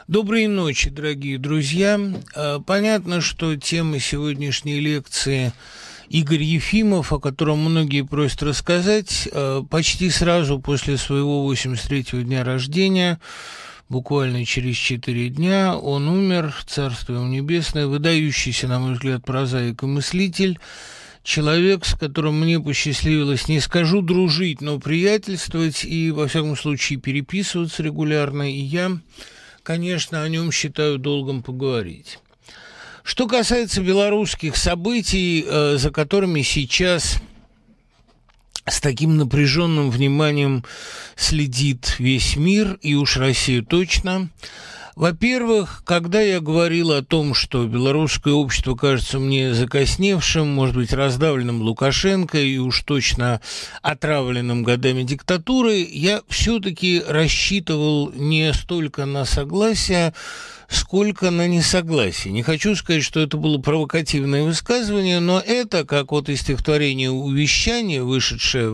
Доброй ночи, дорогие друзья. Понятно, что тема сегодняшней лекции Игорь Ефимов, о котором многие просят рассказать. Почти сразу после своего 83-го дня рождения, буквально через 4 дня, он умер, царство ему небесное, выдающийся, на мой взгляд, прозаик и мыслитель, человек, с которым мне посчастливилось, не скажу дружить, но приятельствовать и, во всяком случае, переписываться регулярно, и я, конечно, о нем считаю долгом поговорить. Что касается белорусских событий, за которыми сейчас с таким напряженным вниманием следит весь мир, и уж Россия точно. Во-первых, когда я говорил о том, что белорусское общество кажется мне закосневшим, может быть, раздавленным Лукашенко и уж точно отравленным годами диктатуры, я все-таки рассчитывал не столько на согласие, сколько на несогласие. Не хочу сказать, что это было провокативное высказывание, но это, как вот из стихотворения «Увещание», вышедшее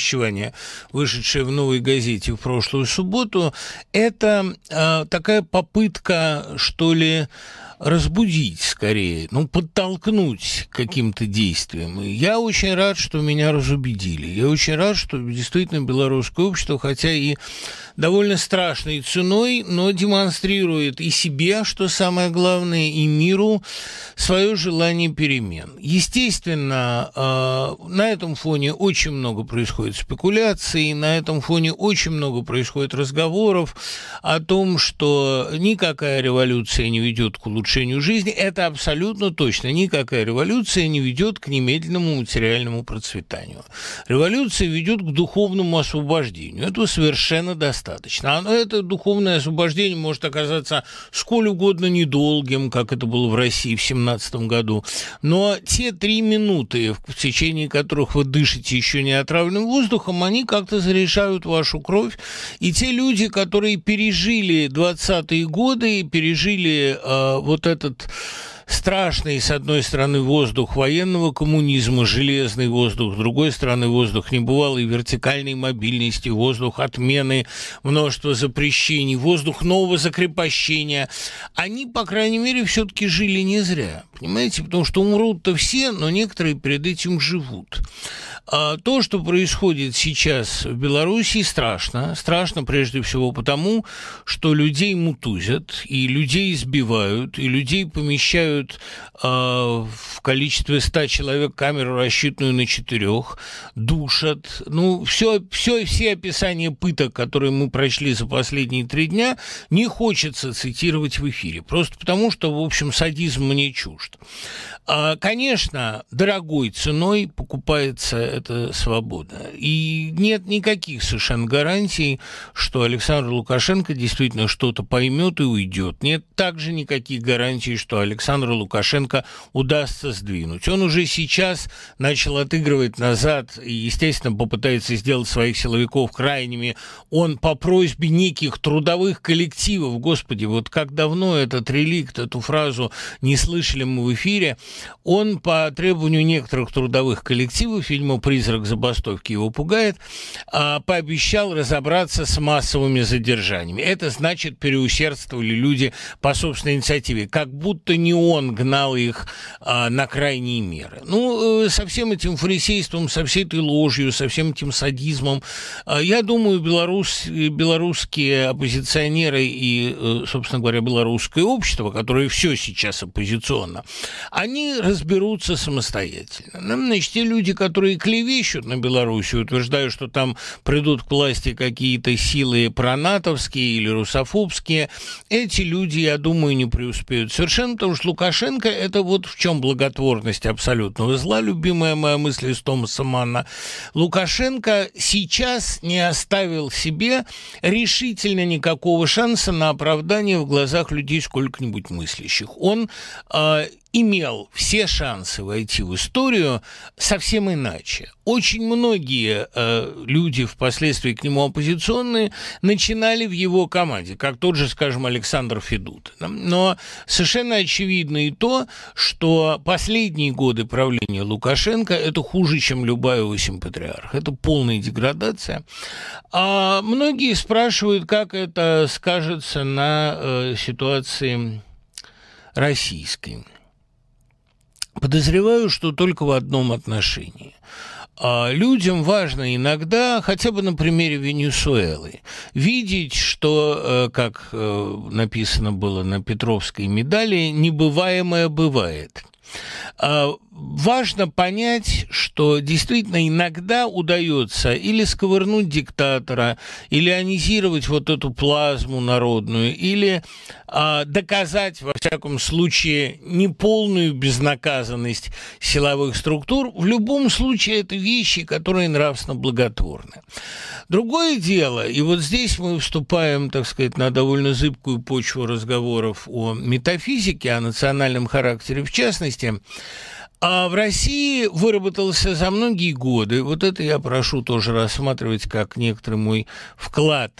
в «Новой газете» в прошлую субботу, это такая попытка, что ли, разбудить скорее, подтолкнуть к каким-то действиям. И я очень рад, что меня разубедили. Я очень рад, что действительно белорусское общество, хотя и довольно страшной ценой, но демонстрирует и себе, что самое главное, и миру свое желание перемен. Естественно, на этом фоне очень много происходит спекуляций, на этом фоне очень много происходит разговоров о том, что никакая революция не ведет к улучшению жизни. Это абсолютно точно. Никакая революция не ведет к немедленному материальному процветанию. Революция ведет к духовному освобождению. Этого совершенно достаточно. А это духовное освобождение может оказаться сколь угодно недолгим, как это было в России в 17 году. Но те 3 минуты, в течение которых вы дышите еще не отравленным воздухом, они как-то зарешают вашу кровь. И те люди, которые пережили 20-е годы, пережили вот этот страшный, с одной стороны, воздух военного коммунизма, железный воздух, с другой стороны, воздух небывалой вертикальной мобильности, воздух отмены множества запрещений, воздух нового закрепощения. Они, по крайней мере, все-таки жили не зря, понимаете? Потому что умрут-то все, но некоторые перед этим живут. А то, что происходит сейчас в Беларуси, страшно. Страшно прежде всего потому, что людей мутузят, и людей избивают, и людей помещают в количестве 100 человек камеру, рассчитанную на 4, душат. Все описания пыток, которые мы прочли за последние 3 дня, не хочется цитировать в эфире. Просто потому, что, в общем, садизм мне чужд. Конечно, дорогой ценой покупается эта свобода. И нет никаких совершенно гарантий, что Александр Лукашенко действительно что-то поймет и уйдет. Нет также никаких гарантий, что Александру Лукашенко удастся сдвинуть. Он уже сейчас начал отыгрывать назад и, естественно, попытается сделать своих силовиков крайними. Он по просьбе неких трудовых коллективов, господи, вот как давно этот реликт, эту фразу не слышали мы в эфире, он по требованию некоторых трудовых коллективов, фильма «Призрак забастовки» его пугает, пообещал разобраться с массовыми задержаниями. Это значит, переусердствовали люди по собственной инициативе, как будто не он гнал их на крайние меры. Со всем этим фарисейством, со всей этой ложью, со всем этим садизмом, я думаю, белорусские оппозиционеры и, собственно говоря, белорусское общество, которое все сейчас оппозиционно, они разберутся самостоятельно. Значит, те люди, которые клевещут на Белоруссию, утверждают, что там придут к власти какие-то силы пронатовские или русофобские, эти люди, я думаю, не преуспеют совершенно, потому что Лукашенко – это вот в чем благотворность абсолютного зла, любимая моя мысль из Томаса Манна. Лукашенко сейчас не оставил себе решительно никакого шанса на оправдание в глазах людей сколько-нибудь мыслящих. Он имел все шансы войти в историю совсем иначе. Очень многие люди, впоследствии к нему оппозиционные, начинали в его команде, как тот же, скажем, Александр Федут. Но совершенно очевидно, видно и то, что последние годы правления Лукашенко – это хуже, чем любая осень патриарха. Это полная деградация. А многие спрашивают, как это скажется на ситуации российской. Подозреваю, что только в одном отношении. Людям важно иногда, хотя бы на примере Венесуэлы, видеть, что, как написано было на Петровской медали, небываемое бывает. Важно понять, что действительно иногда удается или сковырнуть диктатора, или ионизировать вот эту плазму народную, или доказать, во всяком случае, неполную безнаказанность силовых структур. В любом случае, это вещи, которые нравственно благотворны. Другое дело, и вот здесь мы вступаем, так сказать, на довольно зыбкую почву разговоров о метафизике, о национальном характере в частности. А в России выработался за многие годы, вот это я прошу тоже рассматривать как некоторый мой вклад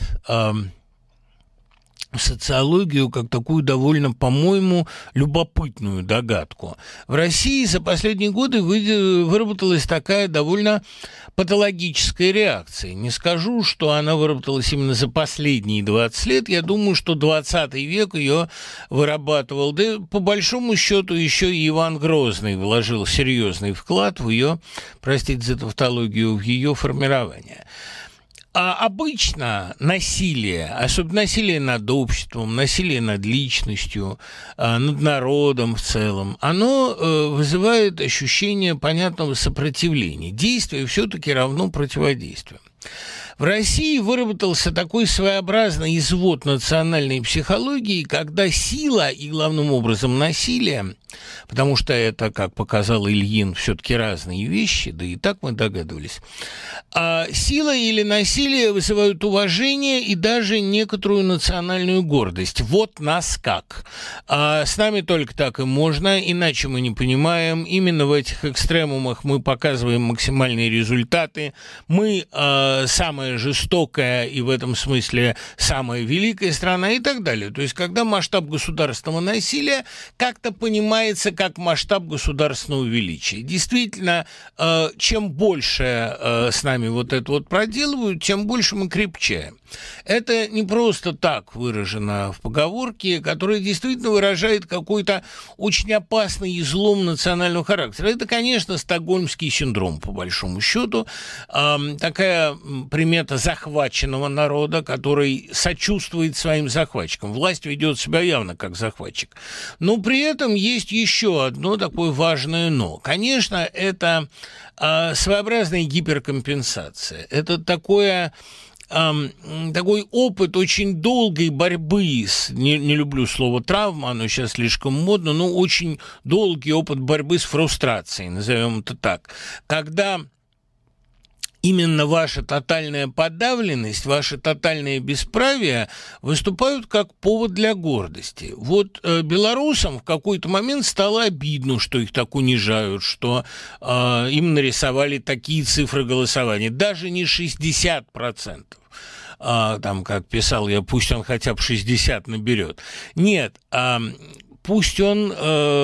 в социологию, как такую довольно, по-моему, любопытную догадку. В России за последние годы выработалась такая довольно патологическая реакция. Не скажу, что она выработалась именно за последние 20 лет. Я думаю, что 20 век ее вырабатывал. Да по большому счету еще и Иван Грозный вложил серьезный вклад в ее, простите за тавтологию, в ее формирование. А обычно насилие, особенно насилие над обществом, насилие над личностью, над народом в целом, оно вызывает ощущение понятного сопротивления. Действие все-таки равно противодействию. В России выработался такой своеобразный извод национальной психологии, когда сила и, главным образом, насилие, потому что это, как показал Ильин, все-таки разные вещи, да и так мы догадывались, сила или насилие вызывают уважение и даже некоторую национальную гордость. Вот нас как. С нами только так и можно, иначе мы не понимаем. Именно в этих экстремумах мы показываем максимальные результаты. Мы самая жестокая и в этом смысле самая великая страна и так далее. То есть, когда масштаб государственного насилия как-то понимается как масштаб государственного величия. Действительно, чем больше с нами вот это вот проделывают, тем больше мы крепчаем. Это не просто так выражено в поговорке, которая действительно выражает какой-то очень опасный излом национального характера. Это, конечно, стокгольмский синдром, по большому счету. Такая примета захваченного народа, который сочувствует своим захватчикам. Власть ведет себя явно как захватчик. Но при этом есть еще одно такое важное «но». Конечно, это своеобразная гиперкомпенсация. Это такой опыт очень долгой борьбы с, не люблю слово травма, оно сейчас слишком модно, но очень долгий опыт борьбы с фрустрацией, назовем это так, когда именно ваша тотальная подавленность, ваше тотальное бесправие выступают как повод для гордости. Вот белорусам в какой-то момент стало обидно, что их так унижают, что им нарисовали такие цифры голосования. Даже не 60%. Там, как писал я, пусть он хотя бы 60 наберет. Нет, пусть он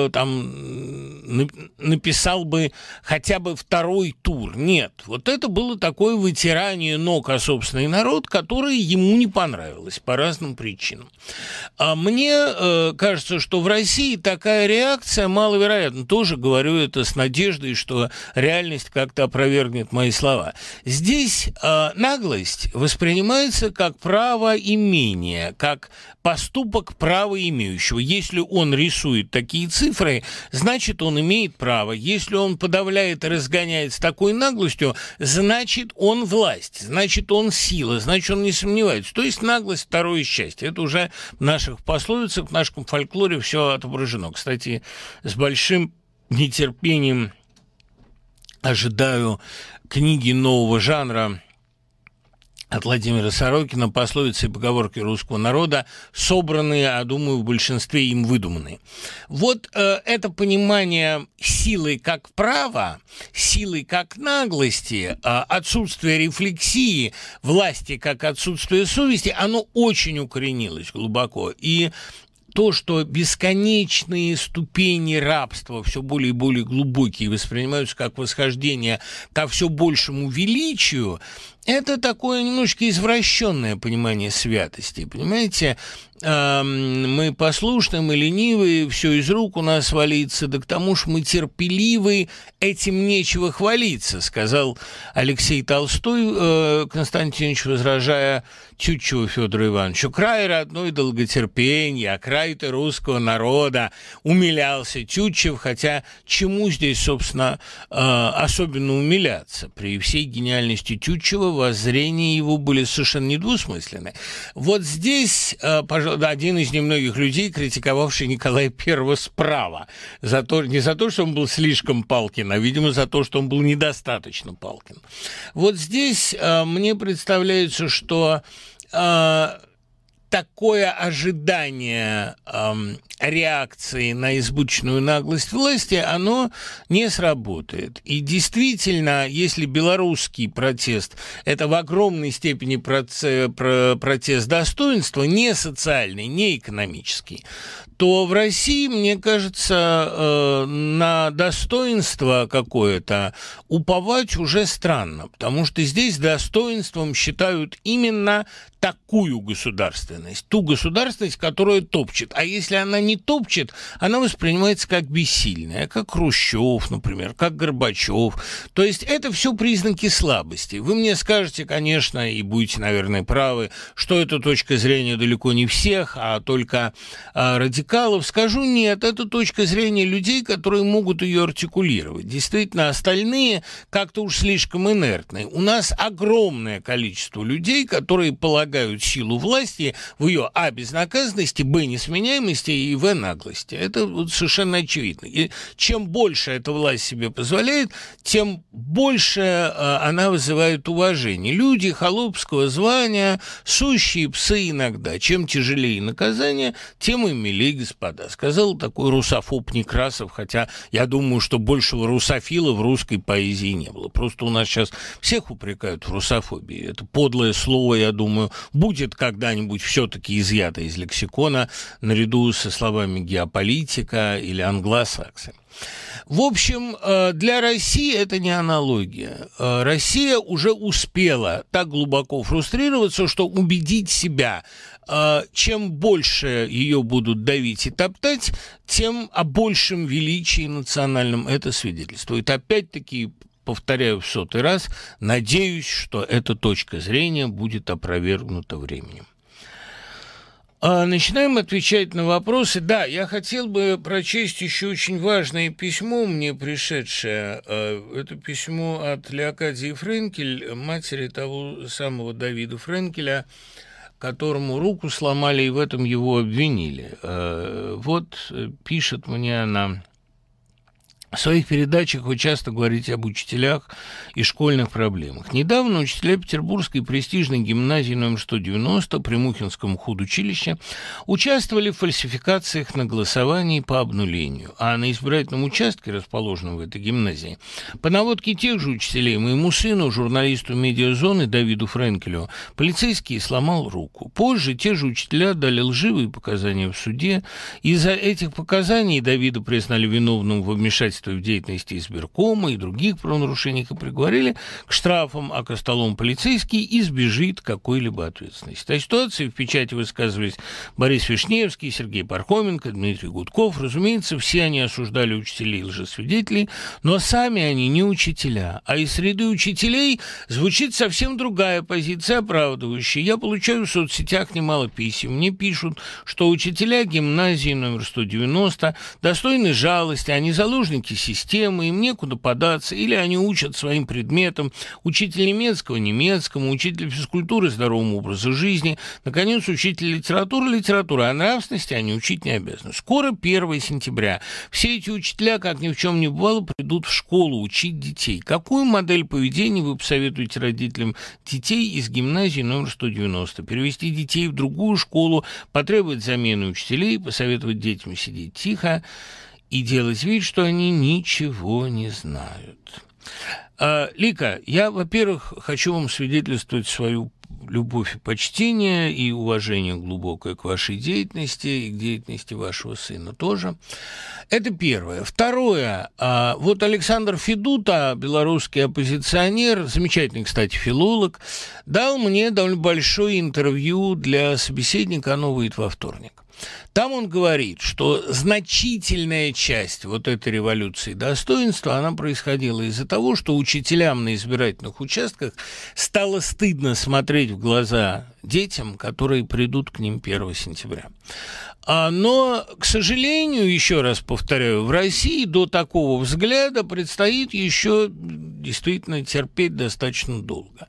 написал бы хотя бы второй тур. Нет, вот это было такое вытирание ног о собственный народ, которое ему не понравилось по разным причинам. Мне кажется, что в России такая реакция маловероятна. Тоже говорю это с надеждой, что реальность как-то опровергнет мои слова. Здесь наглость воспринимается как правоимение, как поступок правоимеющего. Если он рисует такие цифры, значит, он имеет право. Если он подавляет и разгоняет с такой наглостью, значит, он власть, значит, он сила, значит, он не сомневается. То есть наглость – второе счастье. Это уже в наших пословицах, в нашем фольклоре все отображено. Кстати, с большим нетерпением ожидаю книги нового жанра от Владимира Сорокина, пословицы и поговорки русского народа, собранные, а думаю, в большинстве им выдуманные. Вот это понимание силы как права, силы как наглости, отсутствие рефлексии, власти как отсутствие совести, оно очень укоренилось глубоко. И то, что бесконечные ступени рабства, все более и более глубокие, воспринимаются как восхождение ко все большему величию, это такое немножко извращенное понимание святости, понимаете? Мы послушны, мы ленивые, все из рук у нас валится, да к тому же мы терпеливы, этим нечего хвалиться, сказал Алексей Толстой, Константинович, возражая Тютчеву Федору Ивановичу. Край родной долготерпенья, а край-то русского народа, умилялся Тютчев, хотя чему здесь, собственно, особенно умиляться? При всей гениальности Тютчева воззрения его были совершенно недвусмысленны. Вот здесь, пожалуй, один из немногих людей, критиковавший Николая I справа. Не за то, что он был слишком Палкин, а, видимо, за то, что он был недостаточно Палкин. Вот здесь мне представляется, что такое ожидание реакции на избыточную наглость власти, оно не сработает. И действительно, если белорусский протест – это в огромной степени протест достоинства, не социальный, не экономический, то в России, мне кажется, на достоинство какое-то уповать уже странно, потому что здесь достоинством считают именно такую государственность, ту государственность, которая топчет. А если она не топчет, она воспринимается как бессильная, как Хрущев, например, как Горбачев. То есть это все признаки слабости. Вы мне скажете, конечно, и будете, наверное, правы, что эта точка зрения далеко не всех, а только радикалов. Скажу, нет, это точка зрения людей, которые могут ее артикулировать. Действительно, остальные как-то уж слишком инертны. У нас огромное количество людей, которые полагают силу власти в ее безнаказанности, несменяемости и наглости. Это вот совершенно очевидно. И чем больше эта власть себе позволяет, тем больше она вызывает уважение. Люди холопского звания, сущие псы иногда. Чем тяжелее наказание, тем и милее господа. Сказал такой русофоб Некрасов, хотя я думаю, что большего русофила в русской поэзии не было. Просто у нас сейчас всех упрекают в русофобии. Это подлое слово, я думаю, будет когда-нибудь все-таки изъято из лексикона наряду со словами геополитика или англосаксы. В общем, для России это не аналогия. Россия уже успела так глубоко фрустрироваться, что убедить себя, чем больше ее будут давить и топтать, тем о большем величии национальном это свидетельствует. Опять-таки, повторяю в 100-й раз, надеюсь, что эта точка зрения будет опровергнута временем. Начинаем отвечать на вопросы. Да, я хотел бы прочесть еще очень важное письмо, мне пришедшее. Это письмо от Леокадии Френкель, матери того самого Давида Френкеля, которому руку сломали и в этом его обвинили. Вот пишет мне она. В своих передачах вы часто говорите об учителях и школьных проблемах. Недавно учителя Петербургской престижной гимназии номер 190 при Мухинском худучилище участвовали в фальсификациях на голосовании по обнулению, а на избирательном участке, расположенном в этой гимназии, по наводке тех же учителей моему сыну, журналисту «Медиазоны» Давиду Френкелю, полицейский сломал руку. Позже те же учителя дали лживые показания в суде. Из-за этих показаний Давида признали виновным в вмешательстве в деятельности избиркома и других правонарушениях и приговорили к штрафам, а Костолом полицейский избежит какой-либо ответственности. О ситуации в печати высказывались Борис Вишневский, Сергей Пархоменко, Дмитрий Гудков. Разумеется, все они осуждали учителей и лжесвидетелей, но сами они не учителя, а из среды учителей звучит совсем другая позиция, оправдывающая. Я получаю в соцсетях немало писем. Мне пишут, что учителя гимназии номер 190 достойны жалости, они заложники системы, им некуда податься, или они учат своим предметам, учитель немецкого немецкому, учитель физкультуры здоровому образу жизни, наконец, учитель литературы, а нравственности они учить не обязаны. Скоро 1 сентября. Все эти учителя, как ни в чем не бывало, придут в школу учить детей. Какую модель поведения вы посоветуете родителям детей из гимназии номер 190? Перевести детей в другую школу, потребовать замены учителей, посоветовать детям сидеть тихо и делать вид, что они ничего не знают. Лика, я, во-первых, хочу вам свидетельствовать свою любовь и почтение, и уважение глубокое к вашей деятельности, и к деятельности вашего сына тоже. Это первое. Второе. Вот Александр Федута, белорусский оппозиционер, замечательный, кстати, филолог, дал мне довольно большое интервью для собеседника, оно выйдет во вторник. Там он говорит, что значительная часть вот этой революции достоинства, она происходила из-за того, что учителям на избирательных участках стало стыдно смотреть в глаза детям, которые придут к ним 1 сентября. Но, к сожалению, еще раз повторяю, в России до такого взгляда предстоит еще действительно терпеть достаточно долго.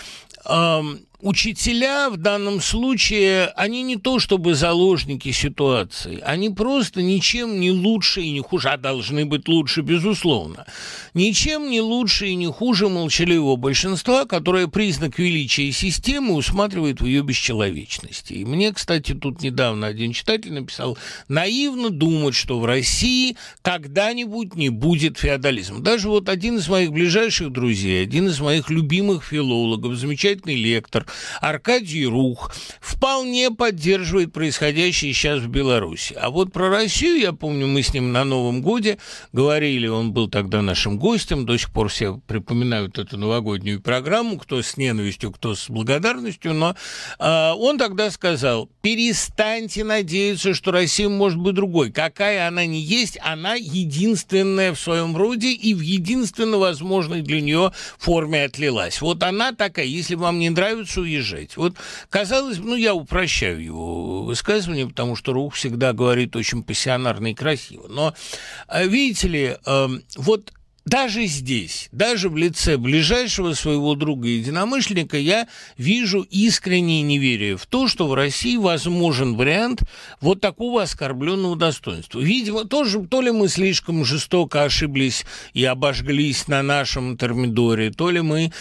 Учителя в данном случае, они не то чтобы заложники ситуации, они просто ничем не лучше и не хуже, а должны быть лучше, безусловно, ничем не лучше и не хуже молчаливого большинства, которое признак величия системы усматривает в ее бесчеловечности. И мне, кстати, тут недавно один читатель написал: наивно думать, что в России когда-нибудь не будет феодализма. Даже вот один из моих ближайших друзей, один из моих любимых филологов, замечательный лектор Аркадий Рух, вполне поддерживает происходящее сейчас в Беларуси. А вот про Россию, я помню, мы с ним на Новом годе говорили, он был тогда нашим гостем, до сих пор все припоминают эту новогоднюю программу, кто с ненавистью, кто с благодарностью, но он тогда сказал: перестаньте надеяться, что Россия может быть другой. Какая она ни есть, она единственная в своем роде и в единственно возможной для нее форме отлилась. Вот она такая, если вам не нравится, уезжать. Вот, казалось бы, я упрощаю его высказывание, потому что Рух всегда говорит очень пассионарно и красиво. Но, видите ли, вот даже здесь, даже в лице ближайшего своего друга и единомышленника я вижу искреннее неверие в то, что в России возможен вариант вот такого оскорбленного достоинства. Видимо, тоже, то ли мы слишком жестоко ошиблись и обожглись на нашем Термидоре, то ли мы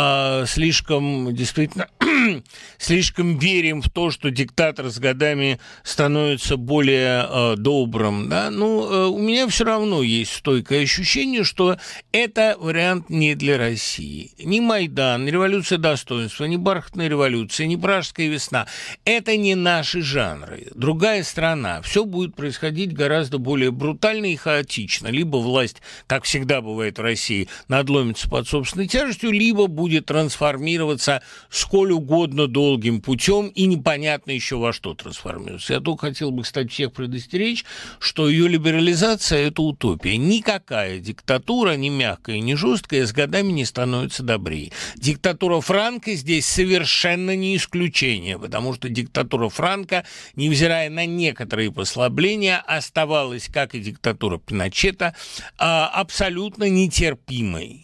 слишком, действительно, слишком верим в то, что диктатор с годами становится более добрым. Да? У меня все равно есть стойкое ощущение, что это вариант не для России. Ни Майдан, ни революция достоинства, ни бархатная революция, ни пражская весна – это не наши жанры. Другая страна. Все будет происходить гораздо более брутально и хаотично. Либо власть, как всегда бывает в России, надломится под собственной тяжестью, либо будет трансформироваться сколь угодно долгим путем и непонятно еще во что трансформируется. Я только хотел бы, кстати, всех предостеречь, что ее либерализация – это утопия. Никакая диктатура, ни мягкая, ни жесткая, с годами не становится добрее. Диктатура Франко здесь совершенно не исключение, потому что диктатура Франко, невзирая на некоторые послабления, оставалась, как и диктатура Пиночета, абсолютно нетерпимой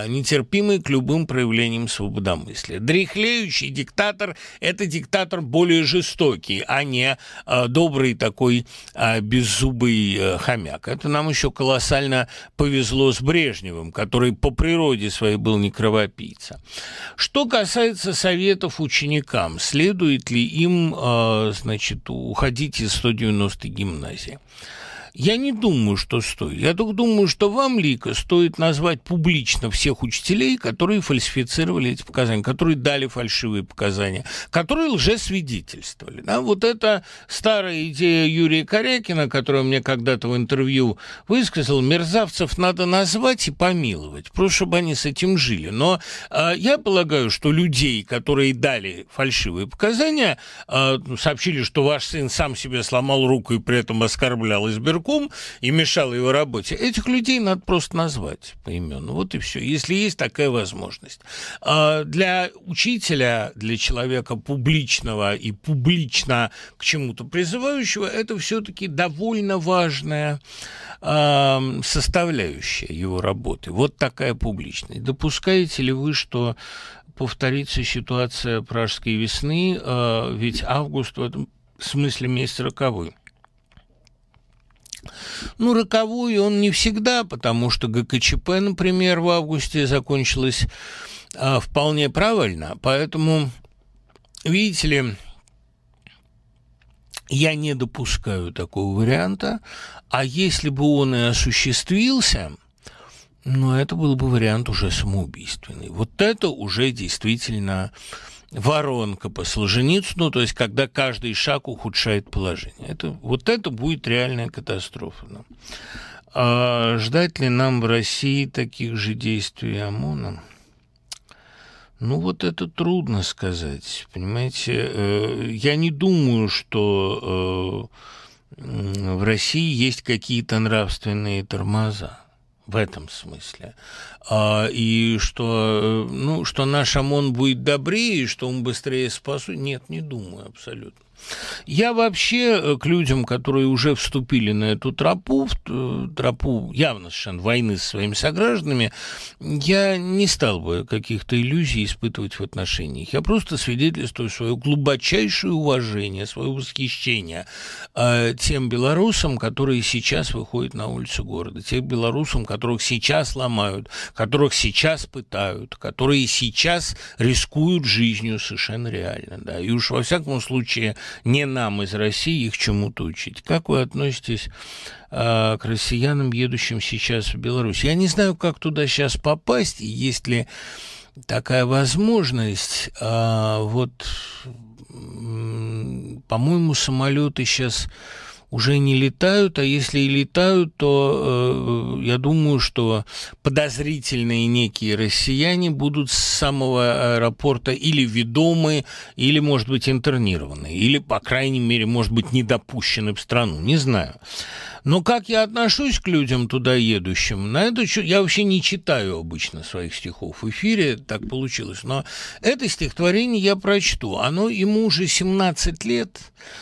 к любым проявлениям свободомыслия. Дряхлеющий диктатор – это диктатор более жестокий, а не добрый такой беззубый хомяк. Это нам еще колоссально повезло с Брежневым, который по природе своей был не кровопийца. Что касается советов ученикам, следует ли им, уходить из 190-й гимназии? Я не думаю, что стоит. Я только думаю, что вам, Лика, стоит назвать публично всех учителей, которые фальсифицировали эти показания, которые дали фальшивые показания, которые лжесвидетельствовали. Да? Вот это старая идея Юрия Корякина, которую мне когда-то в интервью высказал: мерзавцев надо назвать и помиловать, просто чтобы они с этим жили. Но я полагаю, что людей, которые дали фальшивые показания, сообщили, что ваш сын сам себе сломал руку и при этом оскорблял избирком и мешал его работе, этих людей надо просто назвать поименно. Вот и все, если есть такая возможность. Для учителя, для человека публичного и публично к чему-то призывающего, это все-таки довольно важная составляющая его работы. Вот такая публичность. Допускаете ли вы, что повторится ситуация пражской весны, ведь август в этом смысле месяц роковой? Роковой он не всегда, потому что ГКЧП, например, в августе закончилась вполне правильно. Поэтому, видите ли, я не допускаю такого варианта. А если бы он и осуществился, это был бы вариант уже самоубийственный. Вот это уже действительно воронка по Солженицыну, то есть когда каждый шаг ухудшает положение. Вот это будет реальная катастрофа. А ждать ли нам в России таких же действий ОМОНа? Вот это трудно сказать, понимаете. Я не думаю, что в России есть какие-то нравственные тормоза в этом смысле. И что наш ОМОН будет добрее, что он быстрее спасет, нет, не думаю абсолютно. Я вообще к людям, которые уже вступили на эту тропу явно совершенно войны со своими согражданами, я не стал бы каких-то иллюзий испытывать в отношениях. Я просто свидетельствую свое глубочайшее уважение, свое восхищение тем белорусам, которые сейчас выходят на улицы города, тем белорусам, которых сейчас ломают, которых сейчас пытают, которые сейчас рискуют жизнью совершенно реально. Да. И уж во всяком случае не нам из России их чему-то учить. Как вы относитесь к россиянам, едущим сейчас в Беларусь? Я не знаю, как туда сейчас попасть, и есть ли такая возможность. По-моему, самолеты сейчас уже не летают, а если и летают, то я думаю, что подозрительные некие россияне будут с самого аэропорта или ведомы, или, может быть, интернированы, или, по крайней мере, может быть, не допущены в страну, не знаю. Но как я отношусь к людям туда едущим, на это я вообще не читаю обычно своих стихов в эфире, так получилось, но это стихотворение я прочту. Ему уже 17 лет,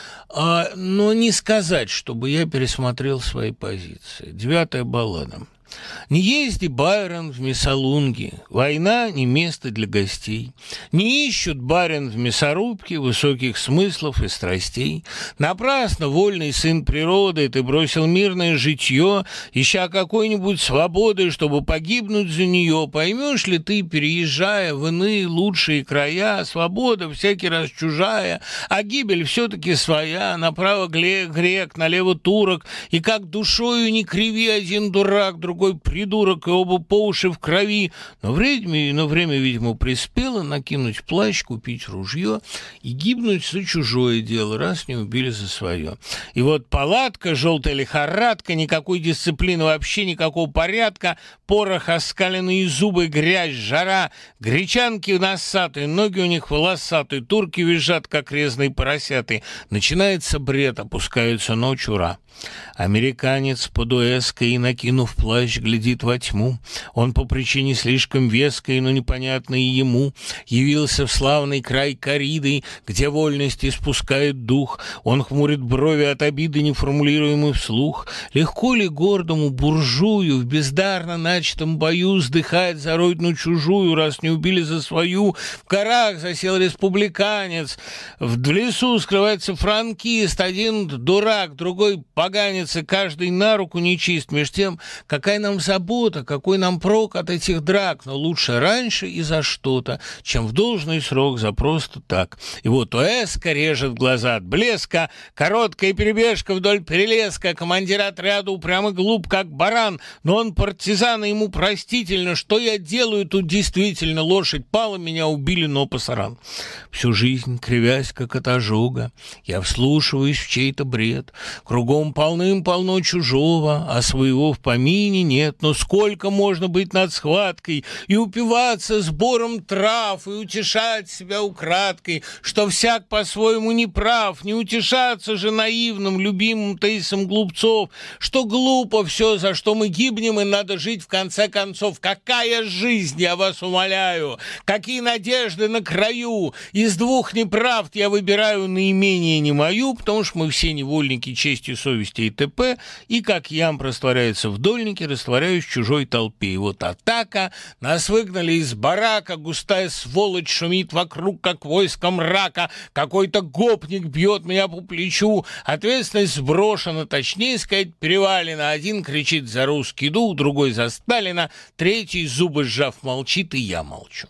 но не сказать, чтобы я пересмотрел свои позиции. 9-я баллада. Не езди, Байрон, в Мессалунги, война не место для гостей. Не ищут, барин, в мясорубке высоких смыслов и страстей. Напрасно, вольный сын природы, ты бросил мирное житье, ища какой-нибудь свободы, чтобы погибнуть за нее. Поймешь ли ты, переезжая в иные лучшие края, свобода всякий раз чужая, а гибель все-таки своя, направо грек, налево турок, и как душою не криви один дурак, другой придурок, и оба по уши в крови. Но время, видимо, приспело накинуть плащ, купить ружье и гибнуть за чужое дело, раз не убили за свое. И вот палатка, желтая лихорадка, никакой дисциплины, вообще никакого порядка, порох, оскаленные зубы, грязь, жара, гречанки носатые, ноги у них волосатые, турки визжат, как резные поросяты. Начинается бред, опускается ночь, ура. Американец под уэской, накинув плащ, глядит во тьму. Он по причине слишком веской, но непонятной ему, явился в славный край кориды, где вольность испускает дух. Он хмурит брови от обиды, неформулируемый вслух. Легко ли гордому буржую в бездарно начатом бою вздыхать за родину чужую, раз не убили за свою? В горах засел республиканец, в лесу скрывается франкист, один дурак, другой поганец, и каждый на руку нечист. Меж тем, какая нам забота, какой нам прок от этих драк, но лучше раньше и за что-то, чем в должный срок за просто так. И вот уэска режет глаза от блеска, короткая перебежка вдоль перелеска, командир отряда упрямо глуп, как баран, но он партизан, и ему простительно, что я делаю тут действительно, лошадь пала, меня убили, но пасаран. Всю жизнь, кривясь, как от ожога, я вслушиваюсь в чей-то бред, кругом полным-полно чужого, а своего в помине нет. Но сколько можно быть над схваткой и упиваться сбором трав, и утешать себя украдкой, что всяк по-своему не прав, не утешаться же наивным, любимым тейсом глупцов, что глупо все, за что мы гибнем, и надо жить в конце концов. Какая жизнь, я вас умоляю, какие надежды на краю, из двух неправд я выбираю наименее не мою, потому что мы все невольники чести, совести и т.п. И как ям растворяется в дольнике, растворяюсь в чужой толпе. И вот атака, нас выгнали из барака, густая сволочь шумит вокруг, как войско мрака, какой-то гопник бьет меня по плечу, ответственность сброшена, точнее сказать, перевалена. Один кричит за русский дух, другой за Сталина, третий, зубы сжав, молчит, и я молчу.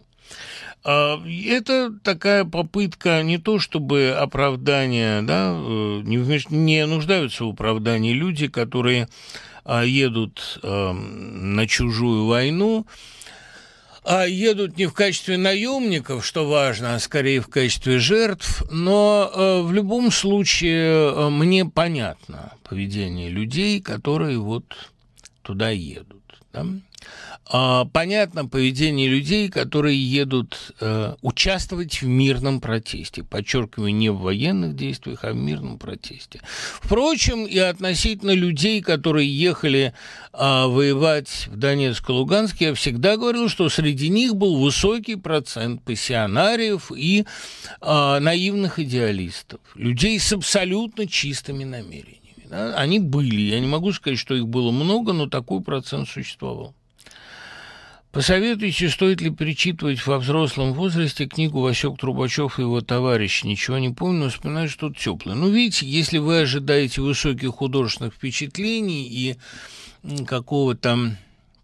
Это такая попытка не то чтобы оправдания, да, не нуждаются в оправдании люди, которые едут на чужую войну, Едут не в качестве наемников, что важно, а скорее в качестве жертв, но в любом случае мне понятно поведение людей, которые вот туда едут. Да? Понятно поведение людей, которые едут участвовать в мирном протесте. Подчеркиваю, не в военных действиях, а в мирном протесте. Впрочем, и относительно людей, которые ехали воевать в Донецк и Луганск, я всегда говорил, что среди них был высокий процент пассионариев и наивных идеалистов. Людей с абсолютно чистыми намерениями. Да? Они были. Я не могу сказать, что их было много, но такой процент существовал. Посоветуйте, стоит ли перечитывать во взрослом возрасте книгу Васек Трубачев и его товарищ. Ничего не помню, но вспоминаю что-то теплое. Ну, видите, если вы ожидаете высоких художественных впечатлений и какого-то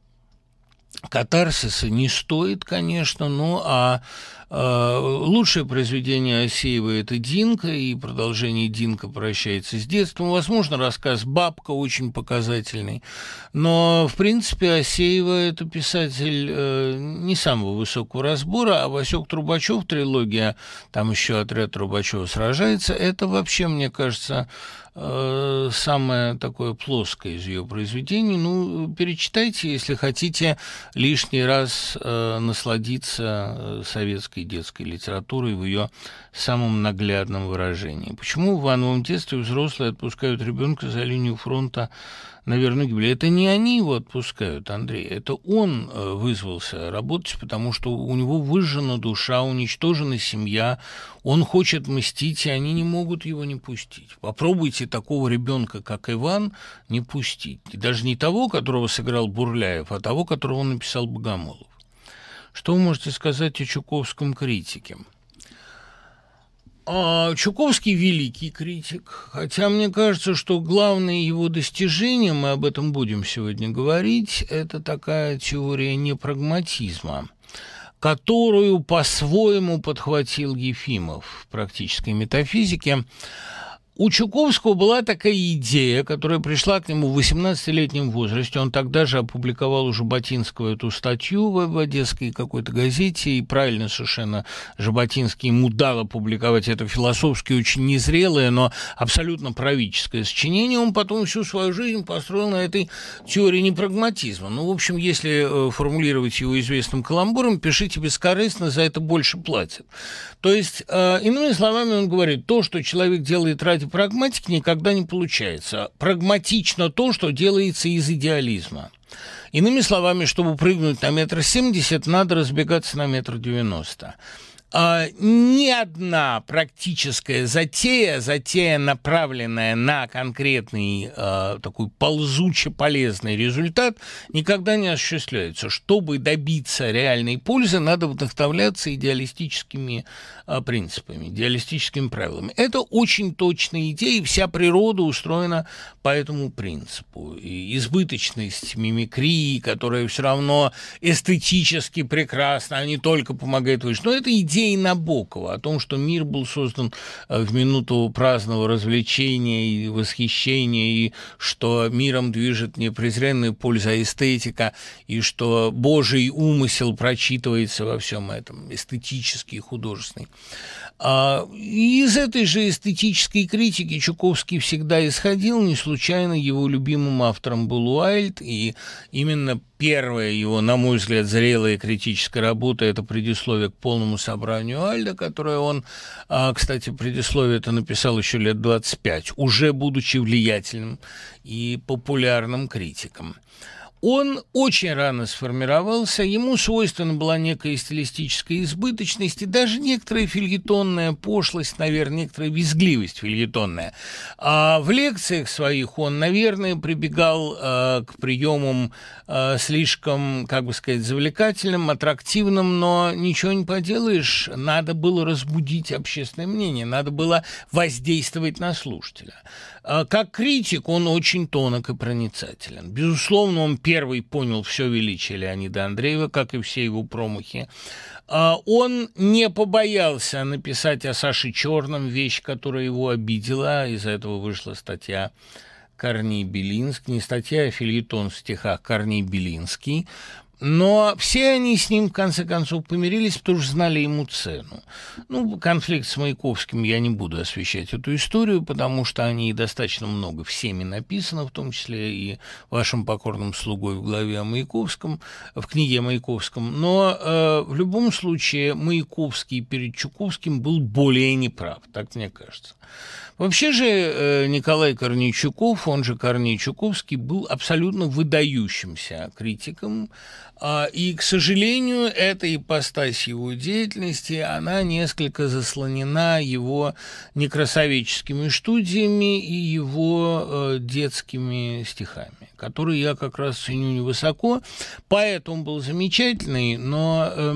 катарсиса, не стоит, конечно, но лучшее произведение Асеева – это «Динка», и продолжение «Динка» прощается с детством. Возможно, рассказ «Бабка» очень показательный, но, в принципе, Асеева – это писатель не самого высокого разбора, а Васек Трубачев, трилогия, там еще отряд Трубачева сражается, это вообще, мне кажется, самое такое плоское из ее произведений. Ну, перечитайте, если хотите лишний раз насладиться советской детской литературой в ее самом наглядном выражении. Почему в Ивановом детстве взрослые отпускают ребенка за линию фронта на верную гибель? Это не они его отпускают, Андрей, это он вызвался работать, потому что у него выжжена душа, уничтожена семья, он хочет мстить, и они не могут его не пустить. Попробуйте такого ребенка, как Иван, не пустить. И даже не того, которого сыграл Бурляев, а того, которого написал Богомолов. Что вы можете сказать о чуковском критике? Чуковский великий критик, хотя мне кажется, что главное его достижение, мы об этом будем сегодня говорить, это такая теория непрагматизма, которую по-своему подхватил Ефимов в практической метафизике. У Чуковского была такая идея, которая пришла к нему в 18-летнем возрасте. Он тогда же опубликовал у Жаботинского эту статью в одесской какой-то газете, и правильно совершенно Жаботинский ему дал опубликовать это философски очень незрелое, но абсолютно правительское сочинение. Он потом всю свою жизнь построил на этой теории непрагматизма. Ну, в общем, если формулировать его известным каламбуром, пишите бескорыстно, за это больше платят. То есть, иными словами, он говорит, то, что человек делает ради прагматики, никогда не получается. Прагматично то, что делается из идеализма. Иными словами, чтобы прыгнуть на 1,70 м, надо разбегаться на 1,90 м. Ни одна практическая затея, направленная на конкретный такой ползуче полезный результат, никогда не осуществляется. Чтобы добиться реальной пользы, надо вдохновляться идеалистическими принципами, идеалистическими правилами. Это очень точная идея, и вся природа устроена по этому принципу. И избыточность мимикрии, которая все равно эстетически прекрасна, а не только помогает выжить. Но это идея Набокова о том, что мир был создан в минуту праздного развлечения и восхищения, и что миром движет не презренная польза, а эстетика, и что Божий умысел прочитывается во всем этом, эстетический и художественный. И из этой же эстетической критики Чуковский всегда исходил, не случайно его любимым автором был Уайльд, и именно первая его, на мой взгляд, зрелая критическая работа – это предисловие к полному собранию Уайльда, которое он, кстати, предисловие это написал еще лет 25, уже будучи влиятельным и популярным критиком. Он очень рано сформировался, ему свойственна была некая стилистическая избыточность и даже некоторая фельетонная пошлость, наверное, некоторая визгливость фельетонная. А в лекциях своих он, наверное, прибегал к приемам слишком, как бы сказать, завлекательным, аттрактивным, но ничего не поделаешь, надо было разбудить общественное мнение, надо было воздействовать на слушателя. Как критик он очень тонок и проницателен. Безусловно, он первый понял все величие Леонида Андреева, как и все его промахи. Он не побоялся написать о Саше Черном вещь, которая его обидела. Из-за этого вышла статья Корней Белинский, не статья, а фельетон в стихах Корней Белинский. Но все они с ним, в конце концов, помирились, потому что знали ему цену. Ну, конфликт с Маяковским, я не буду освещать эту историю, потому что о ней достаточно много всеми написано, в том числе и вашим покорным слугой в главе о Маяковском, в книге о Маяковском. Но в любом случае Маяковский перед Чуковским был более неправ, так мне кажется. Вообще же Николай Корнейчуков, он же Корней Чуковский, был абсолютно выдающимся критиком, и, к сожалению, эта ипостась его деятельности, она несколько заслонена его некрасоведческими студиями и его детскими стихами, которые я как раз ценю невысоко. Поэт он был замечательный, но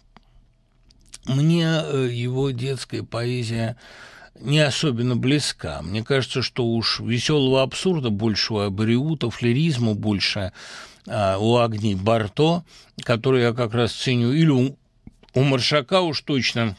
мне его детская поэзия не особенно близка. Мне кажется, что уж веселого абсурда больше у Абериута, флеризма больше у Агнии Барто, который я как раз ценю, или у Маршака уж точно.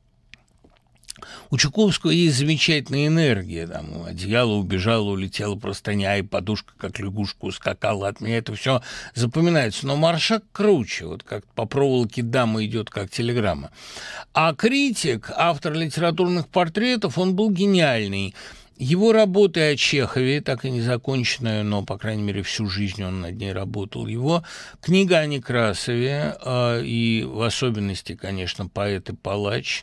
У Чуковского есть замечательная энергия. Там, одеяло убежало, улетела простыня, и подушка, как лягушка, ускакала от меня. Это все запоминается. Но Маршак круче. Вот как по проволоке дама идет, как телеграмма. А критик, автор литературных портретов, он был гениальный. Его работы о Чехове, так и незаконченная, но, по крайней мере, всю жизнь он над ней работал. Его книга о Некрасове, и в особенности, конечно, поэт и палач.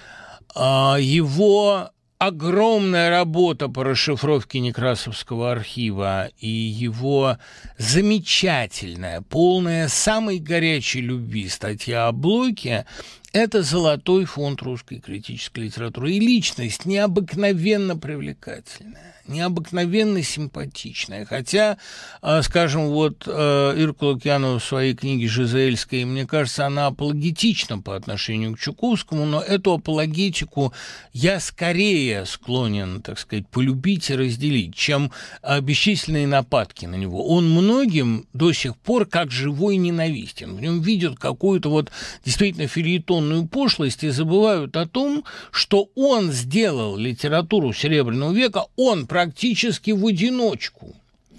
Его огромная работа по расшифровке Некрасовского архива и его замечательная, полная самой горячей любви статья о Блоке – это золотой фонд русской критической литературы. И личность необыкновенно привлекательная, необыкновенно симпатичная. Хотя, скажем, вот Ирка Лукьянова в своей книге «Жизаэльская», мне кажется, она апологетична по отношению к Чуковскому, но эту апологетику я скорее склонен, так сказать, полюбить и разделить, чем бесчисленные нападки на него. Он многим до сих пор как живой ненавистен. В нем видят какую-то вот действительно фельетонную пошлость и забывают о том, что он сделал литературу Серебряного века, он практически в одиночку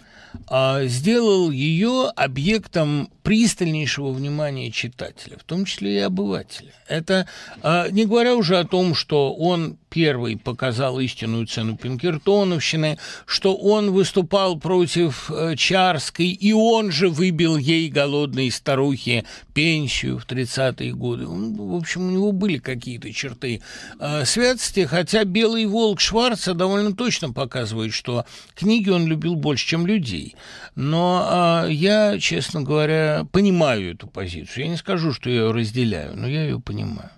сделал ее объектом пристальнейшего внимания читателя, в том числе и обывателя. Это не говоря уже о том, что он первый показал истинную цену пинкертоновщины, что он выступал против Чарской, и он же выбил ей, голодной старухе, пенсию в 30-е годы. В общем, у него были какие-то черты святости, хотя «Белый волк» Шварца довольно точно показывает, что книги он любил больше, чем людей. Но я, честно говоря, понимаю эту позицию. Я не скажу, что я ее разделяю, но я ее понимаю.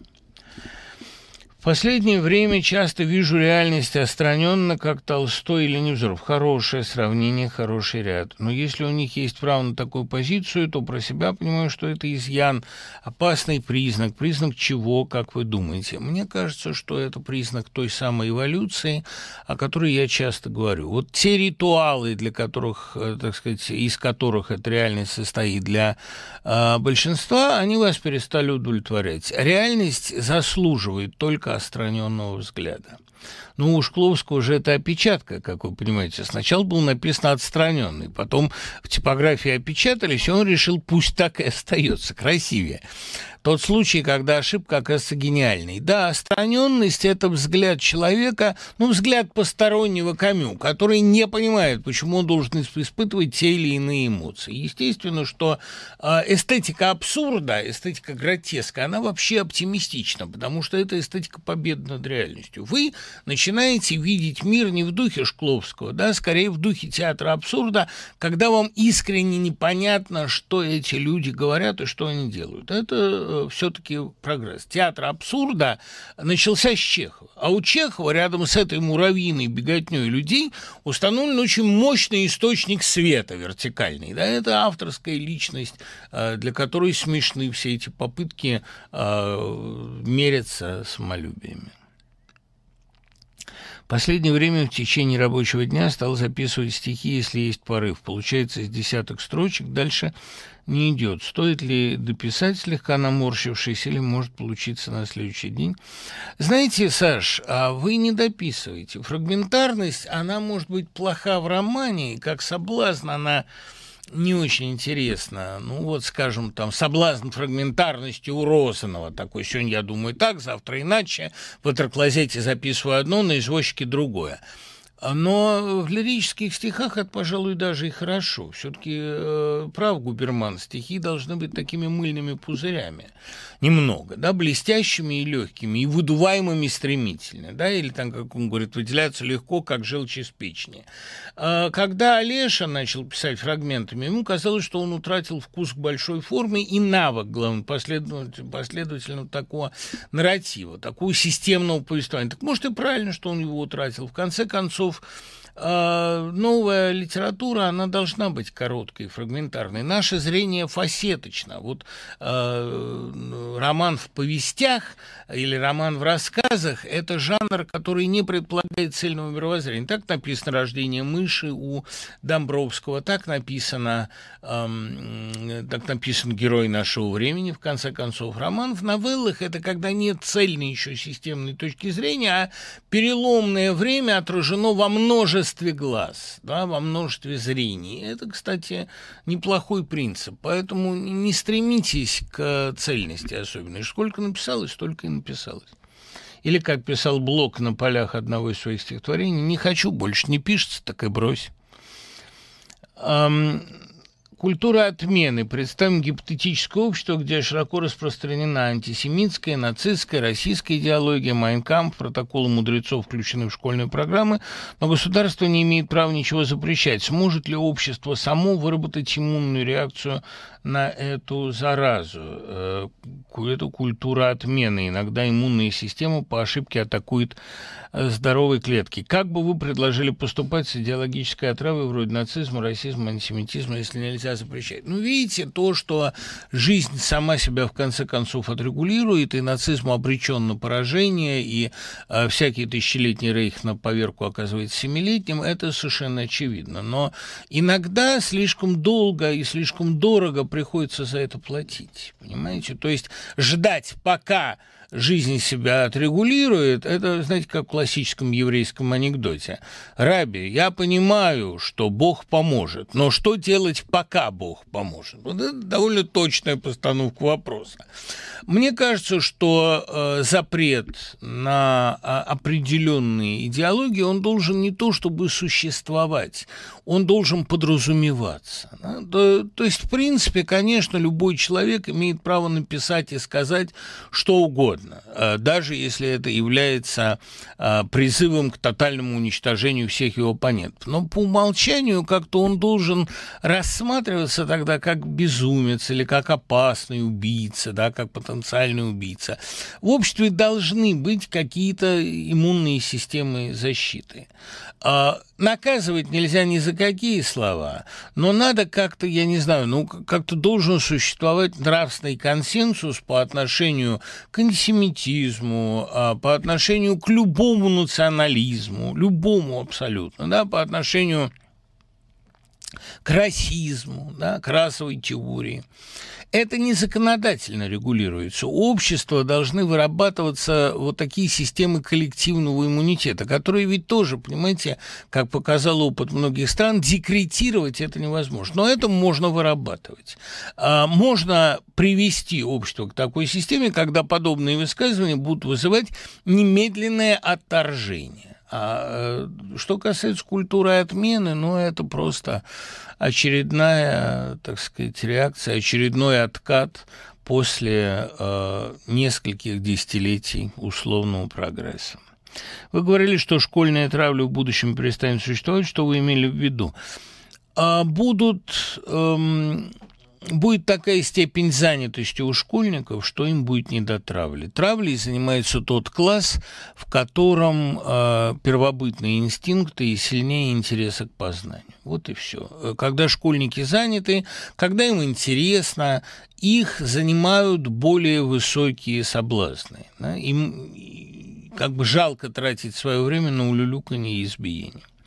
В последнее время часто вижу реальность отстраненно, как Толстой или Невзоров. Хорошее сравнение, хороший ряд. Но если у них есть право на такую позицию, то про себя понимаю, что это изъян, опасный признак. Признак чего, как вы думаете? Мне кажется, что это признак той самой эволюции, о которой я часто говорю. Вот те ритуалы, для которых, так сказать, из которых эта реальность состоит для большинства, они вас перестали удовлетворять. Реальность заслуживает только отстраненного взгляда. Ну, у Шкловского же это опечатка, как вы понимаете. Сначала было написано «отстраненный», потом в типографии опечатались, и он решил, пусть так и остается, красивее. Тот случай, когда ошибка оказывается гениальной. Да, отстраненность – это взгляд человека, взгляд постороннего Камю, который не понимает, почему он должен испытывать те или иные эмоции. Естественно, что эстетика абсурда, эстетика гротеска, она вообще оптимистична, потому что это эстетика победы над реальностью. Вы начинаете видеть мир не в духе Шкловского, да, скорее в духе театра абсурда, когда вам искренне непонятно, что эти люди говорят и что они делают. Это все-таки прогресс. Театр абсурда начался с Чехова. А у Чехова рядом с этой муравьиной беготней людей установлен очень мощный источник света вертикальный. Да? Это авторская личность, для которой смешны все эти попытки мериться самолюбиями. В последнее время в течение рабочего дня стал записывать стихи, если есть порыв. Получается, из десяток строчек дальше не идет. Стоит ли дописать, слегка наморщившись, или может получиться на следующий день? Знаете, Саш, вы не дописываете. Фрагментарность, она может быть плоха в романе, и как соблазн она не очень интересно. Ну, вот, скажем, там, «Соблазн фрагментарности» у Розанова. Такой: сегодня я думаю так, завтра иначе. В «Ватерклозете» записываю одно, на «Извозчике» другое. Но в лирических стихах это, пожалуй, даже и хорошо. Все-таки прав Губерман, стихи должны быть такими мыльными пузырями. Немного, да, блестящими и легкими, и выдуваемыми стремительно, да, или там, как он говорит, выделяться легко, как желчь из печени. Когда Олеша начал писать фрагментами, ему казалось, что он утратил вкус к большой форме и навык, главное, последовательного такого нарратива, такого системного повествования. Так может и правильно, что он его утратил. В конце концов, новая литература, она должна быть короткой, фрагментарной. Наше зрение фасеточно. Вот роман в повестях или роман в рассказах – это жанр, который не предполагает цельного мировоззрения. Так написано «Рождение мыши» у Домбровского, так написан «Герой нашего времени», в конце концов. Роман в новеллах – это когда нет цельной еще системной точки зрения, а переломное время отражено во множестве глаз, да, во множестве зрений. Это, кстати, неплохой принцип. Поэтому не стремитесь к цельности особенной. Сколько написалось, столько и написалось. Или, как писал Блок на полях одного из своих стихотворений: «Не хочу, больше не пишется, так и брось». Культура отмены. Представим гипотетическое общество, где широко распространена антисемитская, нацистская, российская идеология, Майн кампф, протоколы мудрецов включены в школьные программы, но государство не имеет права ничего запрещать. Сможет ли общество само выработать иммунную реакцию на эту заразу? Это культура отмены. Иногда иммунная система по ошибке атакует здоровые клетки. Как бы вы предложили поступать с идеологической отравой вроде нацизма, расизма, антисемитизма, если нельзя запрещать? Ну, видите, то, что жизнь сама себя в конце концов отрегулирует, и нацизм обречен на поражение, и всякий тысячелетний рейх на поверку оказывается семилетним, это совершенно очевидно. Но иногда слишком долго и слишком дорого приходится за это платить, понимаете? То есть ждать, пока жизнь себя отрегулирует, это, знаете, как в классическом еврейском анекдоте. «Раби, я понимаю, что Бог поможет, но что делать, пока Бог поможет?» Вот это довольно точная постановка вопроса. Мне кажется, что запрет на определенные идеологии, он должен не то чтобы существовать, он должен подразумеваться. Да? То есть, в принципе, конечно, любой человек имеет право написать и сказать что угодно, даже если это является призывом к тотальному уничтожению всех его оппонентов. Но по умолчанию как-то он должен рассматриваться тогда как безумец или как опасный убийца, да, как потенциальный убийца. В обществе должны быть какие-то иммунные системы защиты. Наказывать нельзя ни за какие слова, но надо как-то, я не знаю, как-то должен существовать нравственный консенсус по отношению к антисемитизму, по отношению к любому национализму, любому абсолютно, да, по отношению к расизму, да, к расовой теории. Это не законодательно регулируется. У общества должны вырабатываться вот такие системы коллективного иммунитета, которые ведь тоже, понимаете, как показал опыт многих стран, декретировать это невозможно. Но это можно вырабатывать. Можно привести общество к такой системе, когда подобные высказывания будут вызывать немедленное отторжение. А что касается культуры отмены, это просто очередная, так сказать, реакция, очередной откат после нескольких десятилетий условного прогресса. Вы говорили, что школьная травля в будущем перестанет существовать. Что вы имели в виду? Будет такая степень занятости у школьников, что им будет не до травли. Травлей занимается тот класс, в котором первобытные инстинкты и сильнее интереса к познанию. Вот и все. Когда школьники заняты, когда им интересно, их занимают более высокие соблазны. Да? Им как бы жалко тратить свое время на улюлюканье и избиение.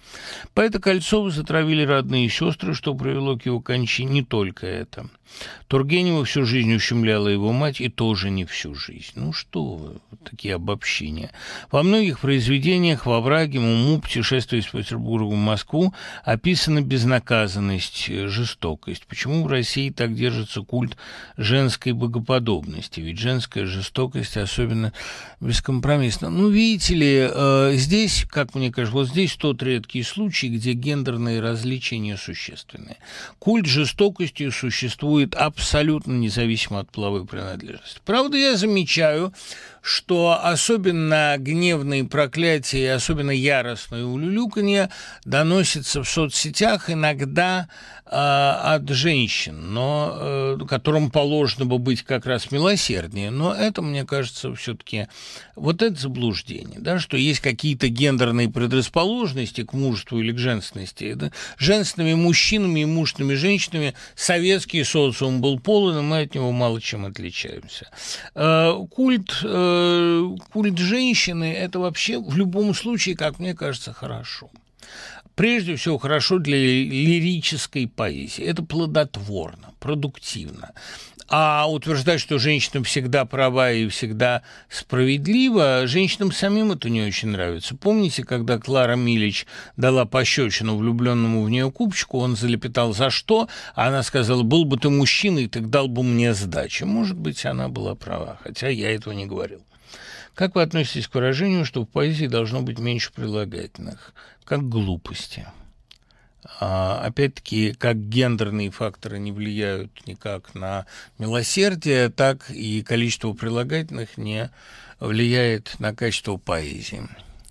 Поэта Кольцова затравили родные сестры, что привело к его кончине. Не только это. Тургенева всю жизнь ущемляла его мать, и тоже не всю жизнь. Ну что вы, вот такие обобщения. Во многих произведениях «Во враге», «Муму», «Путешествие из Петербурга в Москву» описана безнаказанность, жестокость. Почему в России так держится культ женской богоподобности? Ведь женская жестокость особенно бескомпромиссна. Ну, видите ли, здесь, как мне кажется, вот здесь тот редкий случай, где гендерные различия несущественны. Культ жестокости существует абсолютно независимо от половой принадлежности. Правда, я замечаю, что особенно гневные проклятия и особенно яростное улюлюканье доносится в соцсетях иногда от женщин, но которым положено бы быть как раз милосерднее. Но это, мне кажется, все-таки вот это заблуждение, да, что есть какие-то гендерные предрасположенности к мужеству или к женственности. Это женственными мужчинами и мужественными женщинами советский социум был полон, и мы от него мало чем отличаемся. Культ женщины – это вообще в любом случае, как мне кажется, хорошо. Прежде всего, хорошо для лирической поэзии. Это плодотворно, продуктивно. А утверждать, что женщина всегда права и всегда справедлива, женщинам самим это не очень нравится. Помните, когда Клара Милич дала пощечину влюбленному в нее купчику, он залепетал «за что?», а она сказала «был бы ты мужчиной, так дал бы мне сдачи». Может быть, она была права, хотя я этого не говорил. Как вы относитесь к выражению, что в поэзии должно быть меньше прилагательных, как к глупости? Опять-таки, как гендерные факторы не влияют никак на милосердие, так и количество прилагательных не влияет на качество поэзии.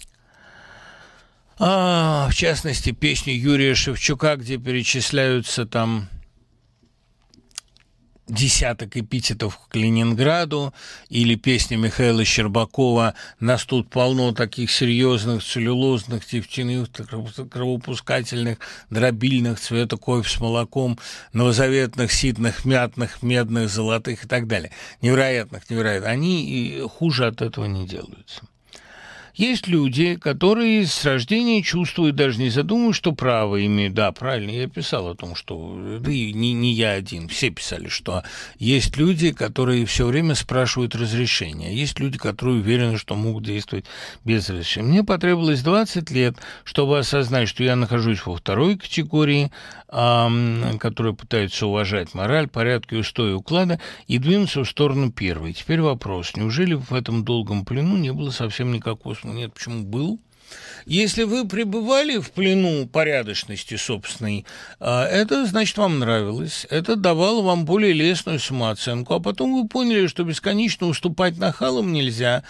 В частности, песни Юрия Шевчука, где перечисляются там десяток эпитетов к Ленинграду, или песня Михаила Щербакова «Нас тут полно таких серьезных, целлюлозных, нефтяных, кровопускательных, дробильных, цвета кофе с молоком, новозаветных, ситных, мятных, медных, золотых» и так далее. Невероятных. Они и хуже от этого не делаются. Есть люди, которые с рождения чувствуют, даже не задумываясь, что право имеют. Да, правильно, я писал о том, что, да и не я один, все писали, что есть люди, которые все время спрашивают разрешения, есть люди, которые уверены, что могут действовать без разрешения. Мне потребовалось 20 лет, чтобы осознать, что я нахожусь во второй категории, которая пытается уважать мораль, порядки, устои, уклада, и двинуться в сторону первой. Теперь вопрос, неужели в этом долгом плену не было совсем никакого смысла? Нет, почему был? Если вы пребывали в плену порядочности собственной, это, значит, вам нравилось, это давало вам более лестную самооценку, а потом вы поняли, что бесконечно уступать нахалам нельзя,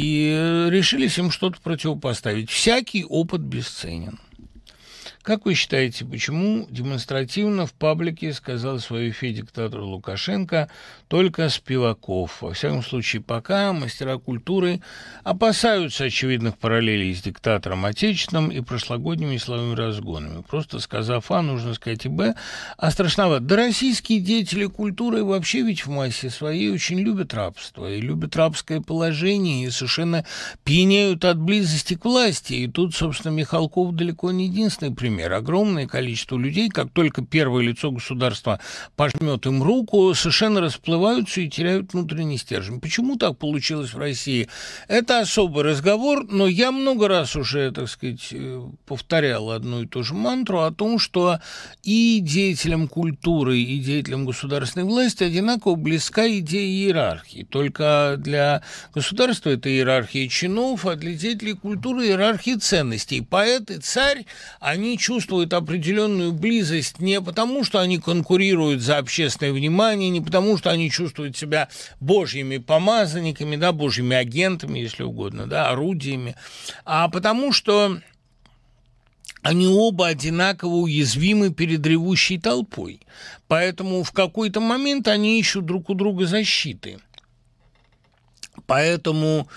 и решились им что-то противопоставить. Всякий опыт бесценен. Как вы считаете, почему демонстративно в паблике сказал свое эфе диктатор Лукашенко только Спиваков? Во всяком случае, пока мастера культуры опасаются очевидных параллелей с диктатором отечественным и прошлогодними силовыми разгонами. Просто сказав А, нужно сказать и Б, а страшновато. Да российские деятели культуры вообще ведь в массе своей очень любят рабство и любят рабское положение и совершенно пьянеют от близости к власти. И тут, собственно, Михалков далеко не единственный пример. Огромное количество людей, как только первое лицо государства пожмет им руку, совершенно расплываются и теряют внутренний стержень. Почему так получилось в России? Это особый разговор, но я много раз уже, так сказать, повторял одну и ту же мантру о том, что и деятелям культуры, и деятелям государственной власти одинаково близка идея иерархии. Только для государства это иерархия чинов, а для деятелей культуры иерархия ценностей. Поэт и царь, они чувствуют определенную близость не потому, что они конкурируют за общественное внимание, не потому, что они чувствуют себя божьими помазанниками, да, божьими агентами, если угодно, да, орудиями, а потому что они оба одинаково уязвимы перед ревущей толпой. Поэтому в какой-то момент они ищут друг у друга защиты. Поэтому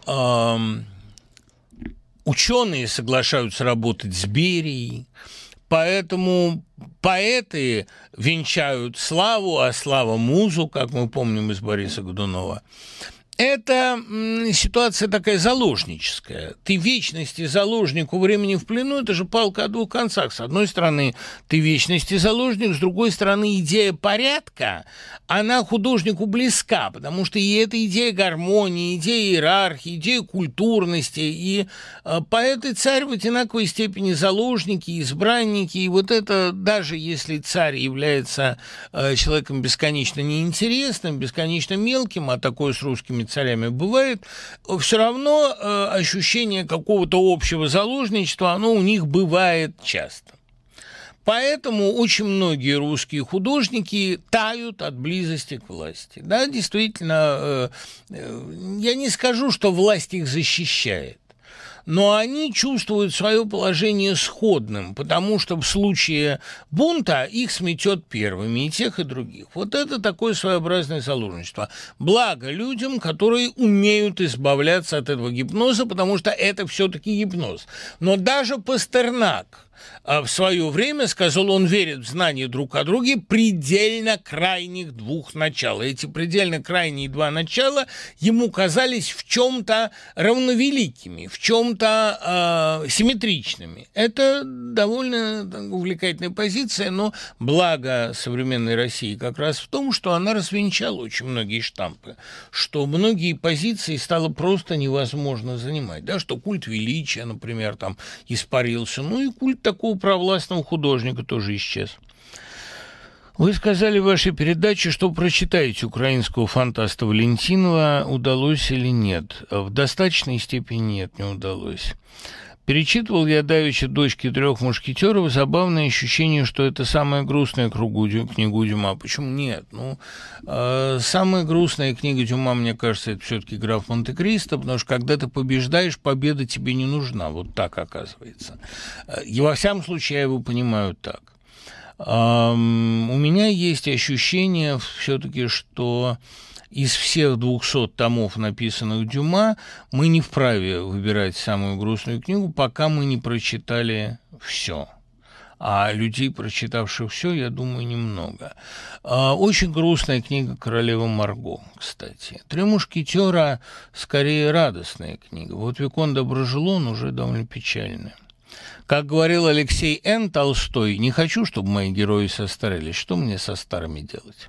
ученые соглашаются работать с Берией, поэтому поэты венчают славу, а слава музу, как мы помним из Бориса Годунова. Это ситуация такая заложническая. Ты вечности заложник, у времени в плену, это же палка о двух концах. С одной стороны, ты вечности заложник, с другой стороны, идея порядка, она художнику близка, потому что и это идея гармонии, идея иерархии, идея культурности, и поэт и царь в одинаковой степени заложники, избранники, и вот это, даже если царь является человеком бесконечно неинтересным, бесконечно мелким, а такое с русскими царями бывает, все равно ощущение какого-то общего заложничества, оно у них бывает часто. Поэтому очень многие русские художники тают от близости к власти. Да, действительно, я не скажу, что власть их защищает, но они чувствуют свое положение сходным, потому что в случае бунта их сметет первыми, и тех, и других. Вот это такое своеобразное заложничество. Благо людям, которые умеют избавляться от этого гипноза, потому что это все-таки гипноз. Но даже Пастернак в свое время сказал, он верит в знание друг о друге предельно крайних двух начал. Эти предельно крайние два начала ему казались в чем-то равновеликими, в чем-то симметричными. Это довольно увлекательная позиция, но благо современной России как раз в том, что она развенчала очень многие штампы, что многие позиции стало просто невозможно занимать, да, что культ величия, например, там испарился, ну и культ такого провластного художника тоже исчез. Вы сказали в вашей передаче, что прочитаете украинского фантаста Валентинова. Удалось или нет? В достаточной степени нет, не удалось. Перечитывал я давеча «Дочки трех мушкетеров». Забавное ощущение, что это самая грустная книга Дюма. Почему нет? Самая грустная книга Дюма, мне кажется, это все-таки «Граф Монте-Кристо», потому что когда ты побеждаешь, победа тебе не нужна. Вот так оказывается. И во всяком случае, я его понимаю так. У меня есть ощущение все-таки, что из всех 200 томов, написанных Дюма, мы не вправе выбирать самую грустную книгу, пока мы не прочитали все. А людей, прочитавших все, я думаю, немного. Очень грустная книга «Королева Марго», кстати. «Три мушкетера» скорее радостная книга. Вот «Викон де Брожелон» уже довольно печальная. Как говорил Алексей Н. Толстой, не хочу, чтобы мои герои состарились. Что мне со старыми делать?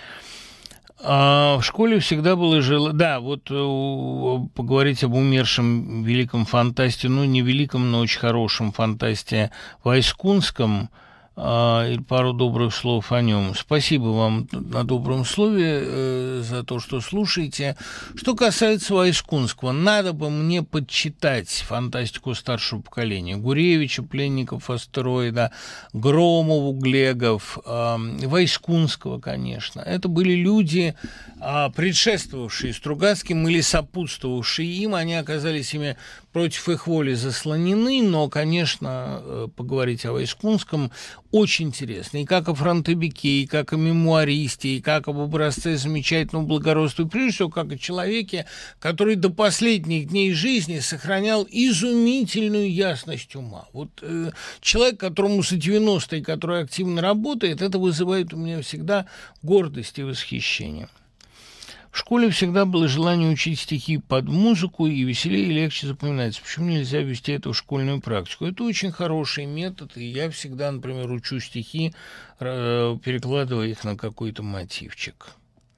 В школе всегда было желание... Да, вот поговорить об умершем великом фантасте, ну, не великом, но очень хорошем фантасте Вайскунском, и пару добрых слов о нем. Спасибо вам на добром слове за то, что слушаете. Что касается Вайскунского, надо бы мне подчитать фантастику старшего поколения. Гуревича, Пленников астероида, Громову, Глегов, Вайскунского, конечно. Это были люди, предшествовавшие Стругацким или сопутствовавшие им. Они оказались ими против их воли заслонены, но, конечно, поговорить о Вайскунском очень интересно. И как о фронтовике, и как о мемуаристе, и как об образце замечательного благородства, и прежде всего, как о человеке, который до последних дней жизни сохранял изумительную ясность ума. Вот человек, которому за 90 и который активно работает, это вызывает у меня всегда гордость и восхищение. В школе всегда было желание учить стихи под музыку, и веселее и легче запоминается. Почему нельзя вести это в школьную практику? Это очень хороший метод, и я всегда, например, учу стихи, перекладывая их на какой-то мотивчик.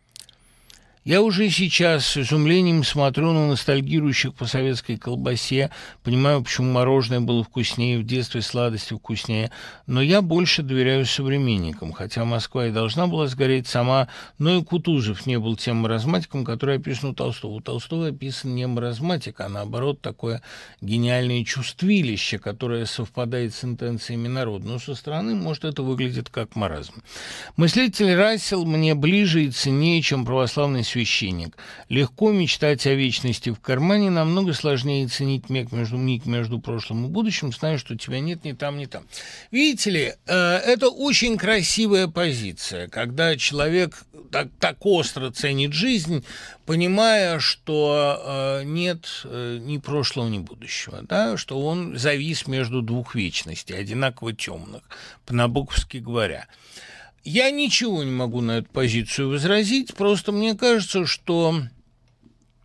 Я уже сейчас с изумлением смотрю на ностальгирующих по советской колбасе, понимаю, почему мороженое было вкуснее, в детстве сладости вкуснее, но я больше доверяю современникам, хотя Москва и должна была сгореть сама, но и Кутузов не был тем маразматиком, который описан у Толстого. У Толстого описан не маразматик, а наоборот такое гениальное чувствилище, которое совпадает с интенциями народа, но со стороны, может, это выглядит как маразм. Мыслитель Рассел мне ближе и ценнее, чем православный священник. Легко мечтать о вечности в кармане, намного сложнее ценить миг между прошлым и будущим, зная, что тебя нет ни там, ни там. Видите ли, это очень красивая позиция, когда человек так остро ценит жизнь, понимая, что нет ни прошлого, ни будущего, да, что он завис между двух вечностей, одинаково темных, по-набоковски говоря. Я ничего не могу на эту позицию возразить, просто мне кажется, что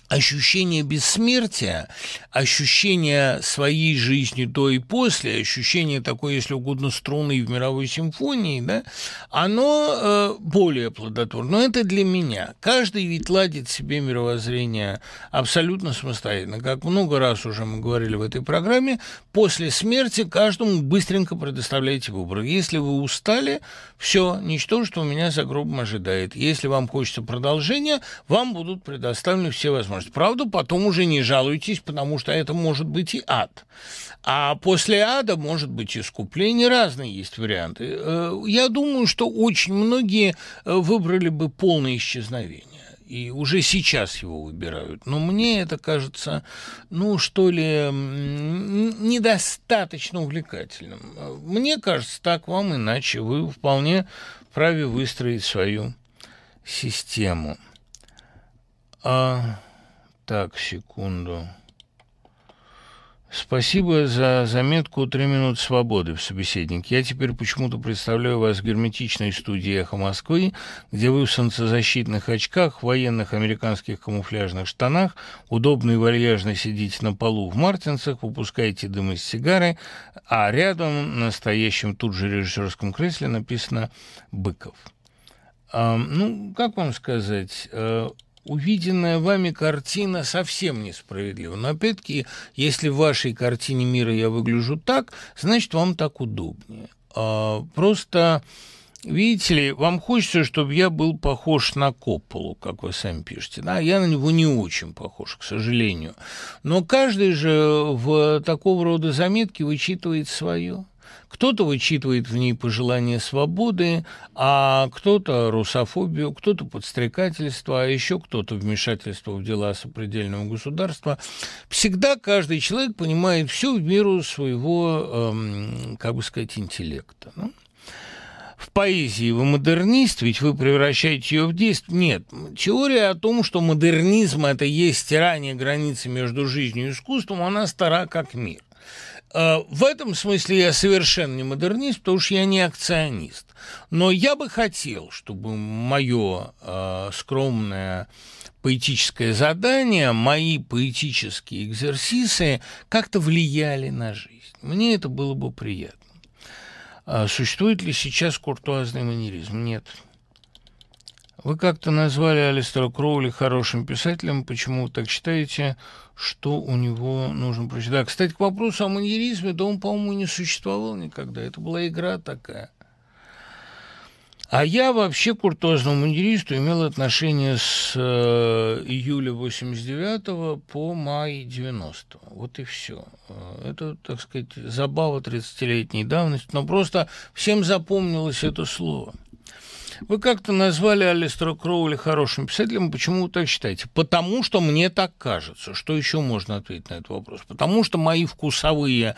ощущение бессмертия, ощущение своей жизни до и после, ощущение такой, если угодно, струны в мировой симфонии, да, оно более плодотворно. Но это для меня. Каждый ведь ладит себе мировоззрение абсолютно самостоятельно. Как много раз уже мы говорили в этой программе, после смерти каждому быстренько предоставляйте выбор. Если вы устали, все, ничтожество меня за гробом ожидает. Если вам хочется продолжения, вам будут предоставлены все возможности. Правда, потом уже не жалуйтесь, потому что это может быть и ад. А после ада может быть искупление. Разные есть варианты. Я думаю, что очень многие выбрали бы полное исчезновение. И уже сейчас его выбирают. Но мне это кажется, что ли, недостаточно увлекательным. Мне кажется, так, вам иначе. Вы вполне вправе выстроить свою систему. Так, секунду. Спасибо за заметку «3 минуты свободы» в собеседник. Я теперь почему-то представляю вас в герметичной студии «Эхо Москвы», где вы в солнцезащитных очках, в военных американских камуфляжных штанах, удобно и вальяжно сидите на полу в мартинсах, выпускаете дым из сигары, а рядом, на стоящем тут же режиссерском кресле, написано «Быков». Как вам сказать... Увиденная вами картина совсем несправедлива. Но, опять-таки, если в вашей картине мира я выгляжу так, значит, вам так удобнее. Просто, видите ли, вам хочется, чтобы я был похож на Копполу, как вы сами пишете. Да, я на него не очень похож, к сожалению. Но каждый же в такого рода заметке вычитывает свое. Кто-то вычитывает в ней пожелание свободы, а кто-то русофобию, кто-то подстрекательство, а еще кто-то вмешательство в дела сопредельного государства. Всегда каждый человек понимает все в меру своего, интеллекта. В поэзии вы модернист, ведь вы превращаете ее в действие. Нет, теория о том, что модернизм – это есть стирание границы между жизнью и искусством, она стара как мир. В этом смысле я совершенно не модернист, потому что я не акционист. Но я бы хотел, чтобы мое скромное поэтическое задание, мои поэтические экзерсисы как-то влияли на жизнь. Мне это было бы приятно. Существует ли сейчас куртуазный манеризм? Нет. Вы как-то назвали Алистера Кроули хорошим писателем. Почему вы так считаете, что у него нужно прочитать? Да, кстати, к вопросу о маньеризме, да он, по-моему, не существовал никогда. Это была игра такая. А я вообще к куртуазному маньеристу имел отношение с июля 89 по май 90. Вот и все. Это, так сказать, забава 30-летней давности. Но просто всем запомнилось это слово. Вы как-то назвали Алистера Кроули хорошим писателем. Почему вы так считаете? Потому что мне так кажется. Что еще можно ответить на этот вопрос? Потому что мои вкусовые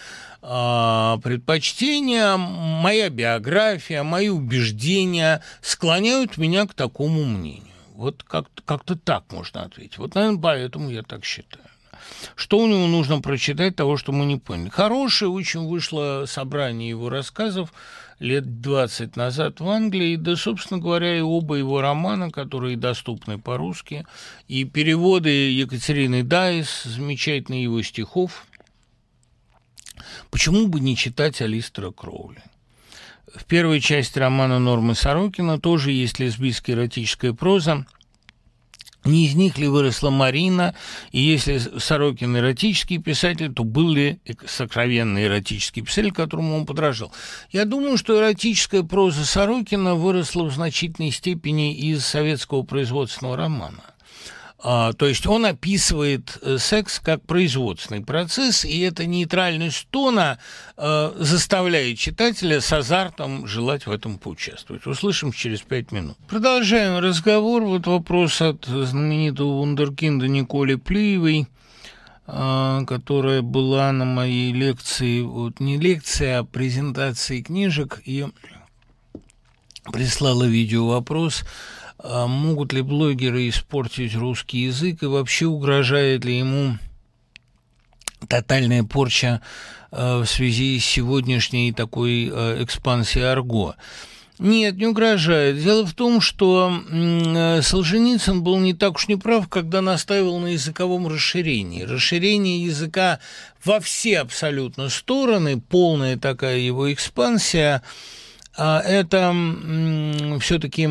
предпочтения, моя биография, мои убеждения склоняют меня к такому мнению. Вот как-то так можно ответить. Вот, наверное, поэтому я так считаю. Что у него нужно прочитать того, что мы не поняли? Хорошее очень вышло собрание его рассказов лет 20 назад в Англии, да, собственно говоря, и оба его романа, которые доступны по-русски, и переводы Екатерины Дайс, замечательные его стихов. Почему бы не читать Алистера Кроули? В первой части романа Нормы Сорокина тоже есть лесбийская эротическая проза. Не из них ли выросла Марина, и если Сорокин эротический писатель, то был ли сокровенный эротический писатель, которому он подражал? Я думаю, что эротическая проза Сорокина выросла в значительной степени из советского производственного романа. То есть он описывает секс как производственный процесс, и эта нейтральность тона заставляет читателя с азартом желать в этом поучаствовать. Услышим через 5 минут. Продолжаем разговор. Вот вопрос от знаменитого вундеркинда Николи Плиевой, которая была на моей лекции, вот не лекция, а презентации книжек, и прислала видео-вопрос: могут ли блогеры испортить русский язык, и вообще угрожает ли ему тотальная порча в связи с сегодняшней такой экспансией арго? Нет, не угрожает. Дело в том, что Солженицын был не так уж неправ, когда настаивал на языковом расширении. Расширение языка во все абсолютно стороны, полная такая его экспансия, это все-таки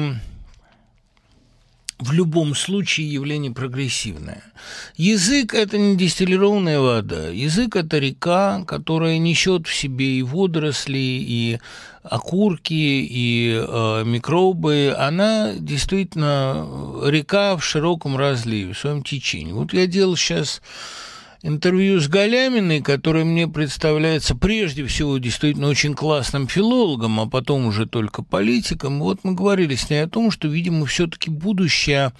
в любом случае явление прогрессивное. Язык – это не дистиллированная вода. Язык – это река, которая несет в себе и водоросли, и окурки, и микробы. Она действительно река в широком разливе, в своем течении. Вот я делал сейчас интервью с Галяминой, который мне представляется прежде всего действительно очень классным филологом, а потом уже только политиком. Вот мы говорили с ней о том, что, видимо, все-таки будущее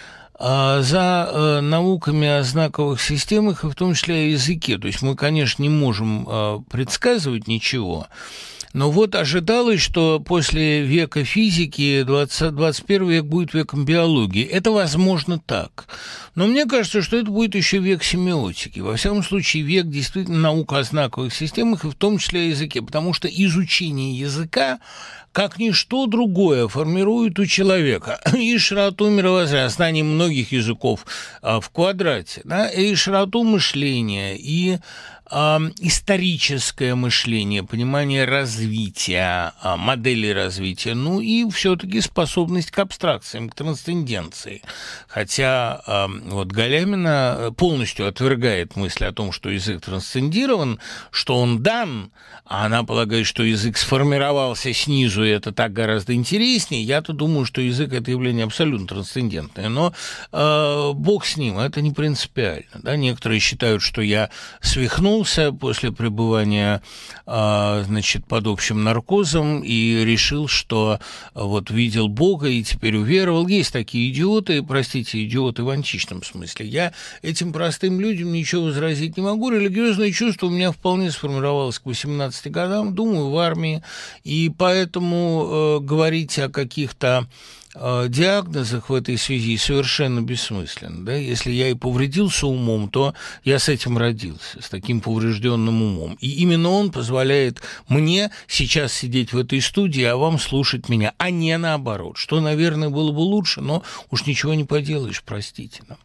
за науками о знаковых системах, и в том числе о языке. То есть мы, конечно, не можем предсказывать ничего, но вот ожидалось, что после века физики 21 век будет веком биологии. Это возможно так. Но мне кажется, что это будет еще век семиотики. Во всяком случае, век действительно наук о знаковых системах, и в том числе о языке. Потому что изучение языка, как ничто другое, формирует у человека и широту мировоззрения, знание многих языков в квадрате, да, и широту мышления, и историческое мышление, понимание развития, модели развития, ну и все-таки способность к абстракциям, к трансценденции. Хотя вот Галямина полностью отвергает мысль о том, что язык трансцендирован, что он дан, а она полагает, что язык сформировался снизу, и это так гораздо интереснее. Я-то думаю, что язык – это явление абсолютно трансцендентное, но бог с ним, это не принципиально. Да? Некоторые считают, что я свихнулся после пребывания, значит, под общим наркозом и решил, что вот видел Бога и теперь уверовал. Есть такие идиоты, простите, идиоты в античном смысле. Я этим простым людям ничего возразить не могу. Религиозное чувство у меня вполне сформировалось к 18 годам, думаю, в армии, и поэтому говорить о каких-то диагнозах в этой связи совершенно бессмысленно. Да? Если я и повредился умом, то я с этим родился, с таким поврежденным умом. И именно он позволяет мне сейчас сидеть в этой студии, а вам слушать меня, а не наоборот, что, наверное, было бы лучше, но уж ничего не поделаешь, простите нам.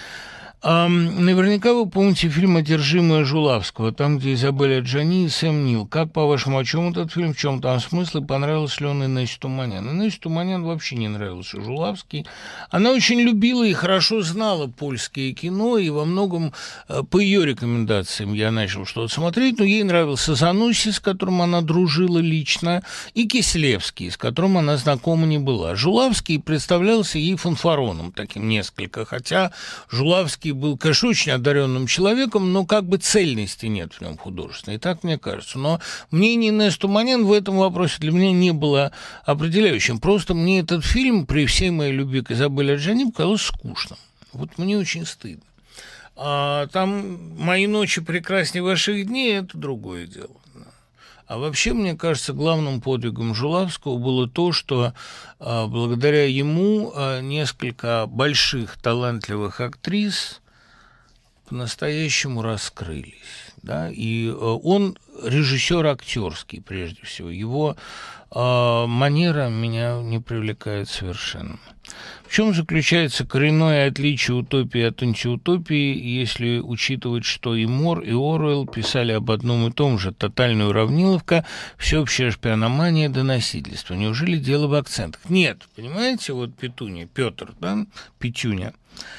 Наверняка вы помните фильм «Одержимая» Жулавского, там, где Изабель Аджани и Сэм Нил. Как, по-вашему, о чем этот фильм, в чем там смысл, и понравился ли он Инессе Туманян? Инессе Туманян вообще не нравился Жулавский. Она очень любила и хорошо знала польское кино, и во многом по ее рекомендациям я начал что-то смотреть, но ей нравился Занусси, с которым она дружила лично, и Кислевский, с которым она знакома не была. Жулавский представлялся ей фанфароном таким несколько, хотя Жулавский был, конечно, очень одаренным человеком, но как бы цельности нет в нем художественной, так мне кажется. Но мнение Инессы Туманян в этом вопросе для меня не было определяющим. Просто мне этот фильм, при всей моей любви к Изабелле Аджани, показался скучным. Вот мне очень стыдно. А там «Мои ночи прекраснее ваших дней» – это другое дело. А вообще, мне кажется, главным подвигом Жулавского было то, что благодаря ему несколько больших талантливых актрис по-настоящему раскрылись. Да? И он режиссер актерский, прежде всего. Его манера меня не привлекает совершенно. В чем заключается коренное отличие утопии от антиутопии, если учитывать, что и Мор, и Оруэлл писали об одном и том же: тотальная уравниловка, всеобщая шпиономания, доносительство? Неужели дело в акцентах? Нет, понимаете, вот Петуня, Петр, да, Петюня.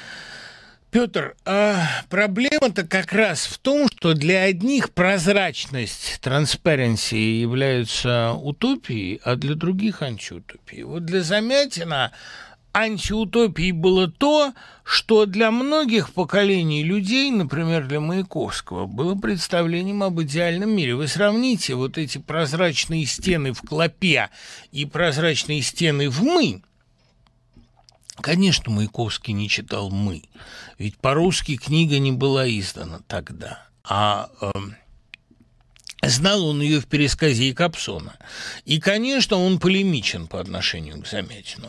Петр, проблема-то как раз в том, что для одних прозрачность, transparency является утопией, а для других антиутопией. Вот для Замятина антиутопией было то, что для многих поколений людей, например, для Маяковского, было представлением об идеальном мире. Вы сравните вот эти прозрачные стены в клопе и прозрачные стены в «Мы». Конечно, Маяковский не читал «Мы», ведь по-русски книга не была издана тогда, а знал он ее в пересказе Якобсона. И, конечно, он полемичен по отношению к Замятину.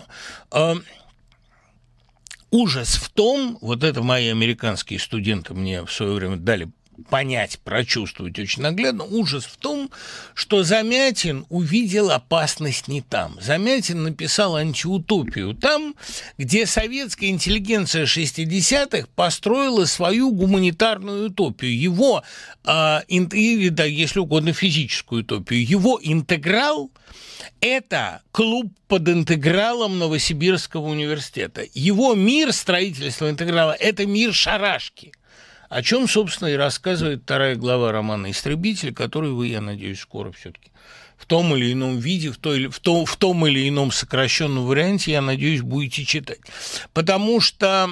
Ужас в том, вот это мои американские студенты мне в свое время дали понять, прочувствовать очень наглядно. Ужас в том, что Замятин увидел опасность не там. Замятин написал антиутопию там, где советская интеллигенция 60-х построила свою гуманитарную утопию. Его, или, да, если угодно, физическую утопию. Его интеграл – это клуб под интегралом Новосибирского университета. Его мир строительства интеграла – это мир шарашки. О чем, собственно, и рассказывает вторая глава романа «Истребитель», который вы, я надеюсь, скоро все-таки в том или ином виде, в том или ином сокращенном варианте, я надеюсь, будете читать. Потому что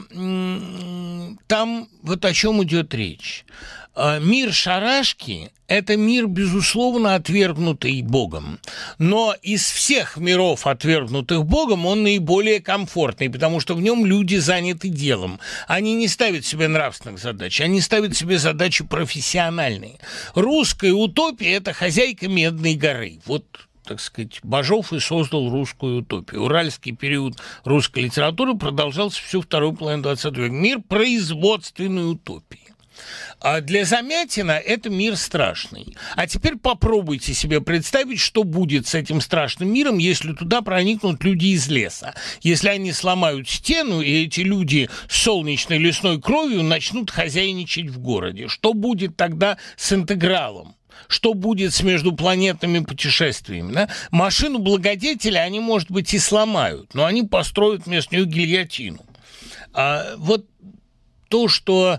там вот о чем идет речь. Мир шарашки – это мир, безусловно, отвергнутый Богом. Но из всех миров, отвергнутых Богом, он наиболее комфортный, потому что в нем люди заняты делом. Они не ставят себе нравственных задач, они ставят себе задачи профессиональные. Русская утопия – это хозяйка Медной горы. Вот, так сказать, Бажов и создал русскую утопию. Уральский период русской литературы продолжался всю вторую половину 20 века. Мир производственной утопии. А для Замятина это мир страшный. А теперь попробуйте себе представить, что будет с этим страшным миром, если туда проникнут люди из леса. Если они сломают стену, и эти люди с солнечной лесной кровью начнут хозяйничать в городе. Что будет тогда с интегралом? Что будет с междупланетными путешествиями? Да? Машину благодетеля они, может быть, и сломают, но они построят вместо нее гильотину. Вот то, что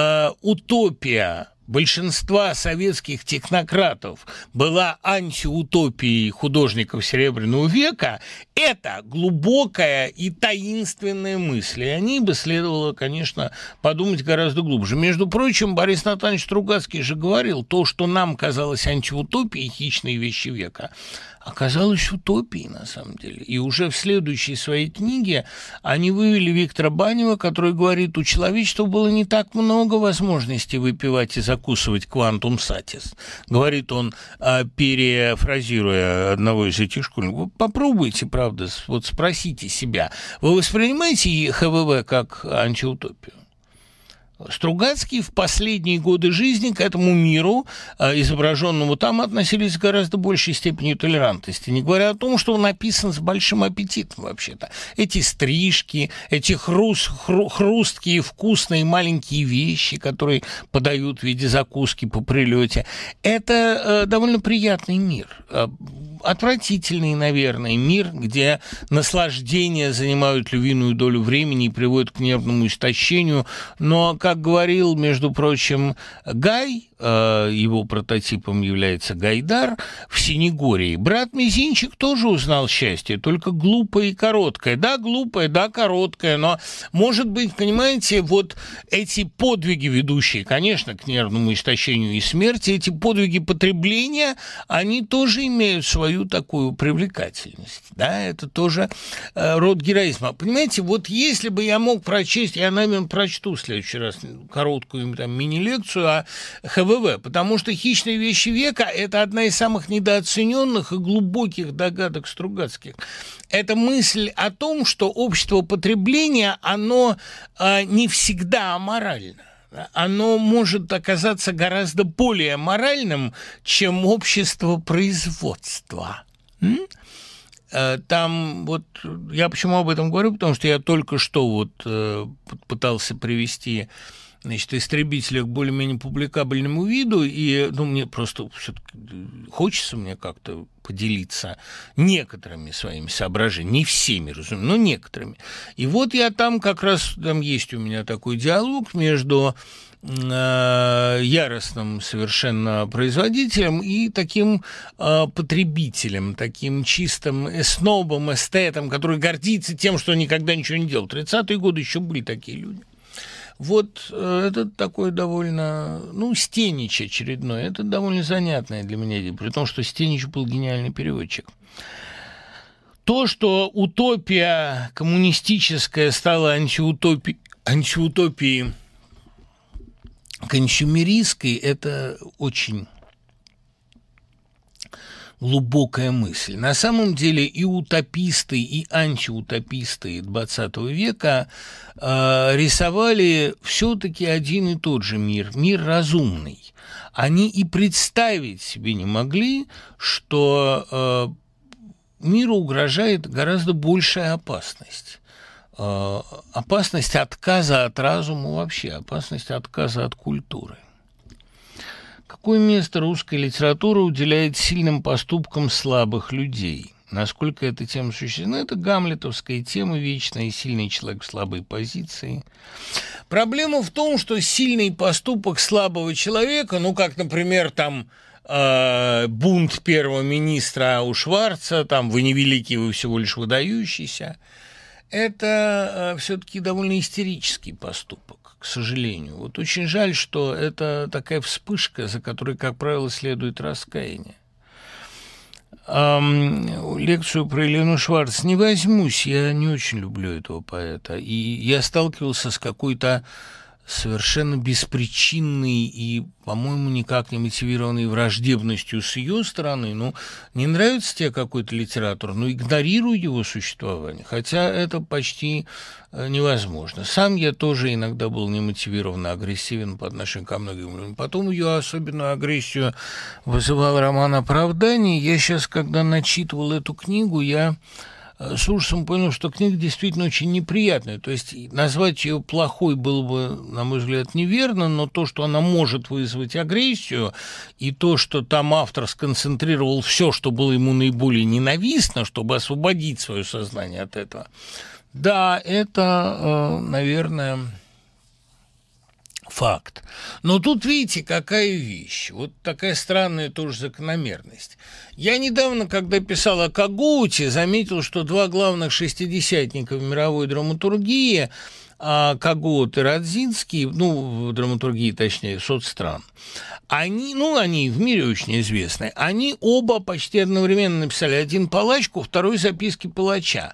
утопия большинства советских технократов была антиутопией художников Серебряного века, это глубокая и таинственная мысль. И о ней бы следовало, конечно, подумать гораздо глубже. Между прочим, Борис Натанович Стругацкий же говорил, то, что нам казалось антиутопией, хищные вещи века, оказалось утопией, на самом деле. И уже в следующей своей книге они вывели Виктора Банева, который говорит, у человечества было не так много возможностей выпивать и закусывать квантум сатис. Говорит он, перефразируя одного из этих школьников, попробуйте, правда, вот спросите себя, вы воспринимаете ХВВ как антиутопию? Стругацкий в последние годы жизни к этому миру, изображенному там, относились с гораздо большей степенью толерантности, не говоря о том, что он написан с большим аппетитом вообще-то. Эти стрижки, эти хрусткие, вкусные маленькие вещи, которые подают в виде закуски по прилете, это довольно приятный мир. Отвратительный, наверное, мир, где наслаждения занимают львиную долю времени и приводят к нервному истощению, но, как говорил, между прочим, Гай, его прототипом является Гайдар, в Синегории, брат Мизинчик тоже узнал счастье, только глупое и короткое. Да, глупое, да, короткое, но, может быть, понимаете, вот эти подвиги, ведущие, конечно, к нервному истощению и смерти, эти подвиги потребления, они тоже имеют свою такую привлекательность. Да, это тоже род героизма. Понимаете, вот если бы я мог прочесть, я, наверное, прочту в следующий раз короткую там мини-лекцию о ХВВ, потому что «Хищные вещи века» – это одна из самых недооцененных и глубоких догадок Стругацких. Это мысль о том, что общество потребления, оно не всегда аморально. Оно может оказаться гораздо более моральным, чем общество производства. Там вот, я почему об этом говорю, потому что я только что вот пытался привести, значит, «Истребителя» к более-менее публикабельному виду, и, мне просто хочется мне как-то поделиться некоторыми своими соображениями, не всеми, разумеется, но некоторыми. И вот я там как раз, там есть у меня такой диалог между яростным совершенно производителем и таким потребителем, таким чистым снобом, эстетом, который гордится тем, что никогда ничего не делал. 30-е годы еще были такие люди. Вот это такой довольно, Стенич очередной, это довольно занятное для меня дело, при том, что Стенич был гениальный переводчик. То, что утопия коммунистическая стала антиутопией консюмеристской, это очень глубокая мысль. На самом деле и утописты, и антиутописты XX века рисовали все-таки один и тот же мир, мир разумный. Они и представить себе не могли, что миру угрожает гораздо большая опасность. Опасность отказа от разума вообще, опасность отказа от культуры. Какое место русская литература уделяет сильным поступкам слабых людей? Насколько эта тема существенна? Это гамлетовская тема, вечная, сильный человек в слабой позиции. Проблема в том, что сильный поступок слабого человека, ну, как, например, там бунт первого министра у Шварца, там «Вы не великий, вы всего лишь выдающийся», это все-таки довольно истерический поступок, к сожалению. Вот очень жаль, что это такая вспышка, за которой, как правило, следует раскаяние. Лекцию про Елену Шварц не возьмусь, я не очень люблю этого поэта. И я сталкивался с какой-то совершенно беспричинной и, по-моему, никак не мотивированной враждебностью с ее стороны. Ну, не нравится тебе какой-то литератор, ну, игнорируй его существование. Хотя это почти невозможно. Сам я тоже иногда был немотивированно агрессивен по отношению ко многим людям. Потом ее особенную агрессию вызывал роман «Оправдание». Я сейчас, когда начитывал эту книгу, я с ужасом понял, что книга действительно очень неприятная. То есть назвать ее плохой было бы, на мой взгляд, неверно, но то, что она может вызвать агрессию, и то, что там автор сконцентрировал все, что было ему наиболее ненавистно, чтобы освободить свое сознание от этого, да, это, наверное, факт. Но тут, видите, какая вещь. Вот такая странная тоже закономерность. Я недавно, когда писал о Когуте, заметил, что два главных шестидесятника в мировой драматургии, Когут и Радзинский, ну, в драматургии, точнее, соцстран, они в мире очень известны, они оба почти одновременно написали, один «Палачку», второй «Записки палача».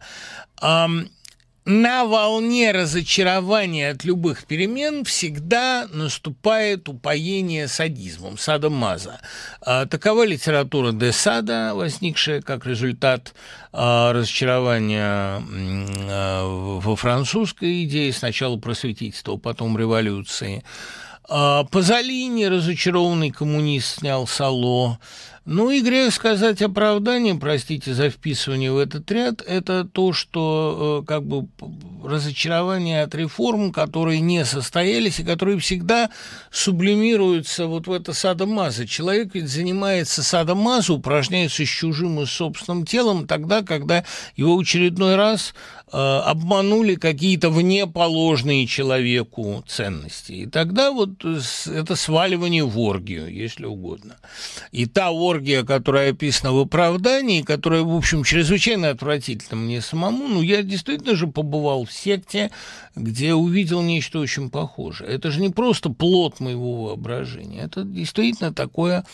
На волне разочарования от любых перемен всегда наступает упоение садизмом, садомаза. Такова литература де Сада, возникшая как результат разочарования во французской идее, сначала просветительства, потом революции. Пазолини, разочарованный коммунист, снял «Сало». Ну и грех сказать оправдание, простите за вписывание в этот ряд, это то, что как бы разочарование от реформ, которые не состоялись и которые всегда сублимируются вот в это садомазо. Человек ведь занимается садомазо, упражняется с чужим и собственным телом тогда, когда его в очередной раз обманули какие-то внеположные человеку ценности. И тогда вот это сваливание в оргию, если угодно. И та оргия, которая описана в «Оправдании», которая, в общем, чрезвычайно отвратительна мне самому, ну, я действительно же побывал в секте, где увидел нечто очень похожее. Это же не просто плод моего воображения, это действительно такое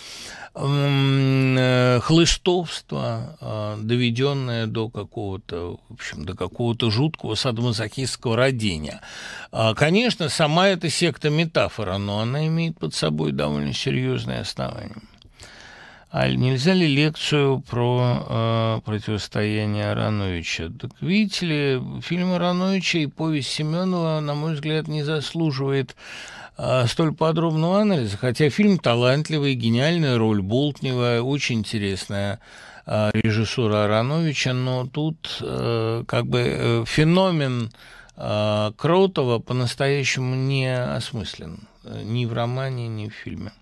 хлыстовство, доведенное до какого-то, в общем, до какого-то жуткого садомазохистского родения. Конечно, сама эта секта метафора, но она имеет под собой довольно серьезные основания. Аль, нельзя ли лекцию про противостояние Ароновича? Так видите ли, фильм Ароновича и повесть Семенова, на мой взгляд, не заслуживает столь подробного анализа, хотя фильм талантливый, гениальная роль Болтнева, очень интересная режиссура Ароновича, но тут как бы феномен Кротова по-настоящему не осмыслен ни в романе, ни в фильме.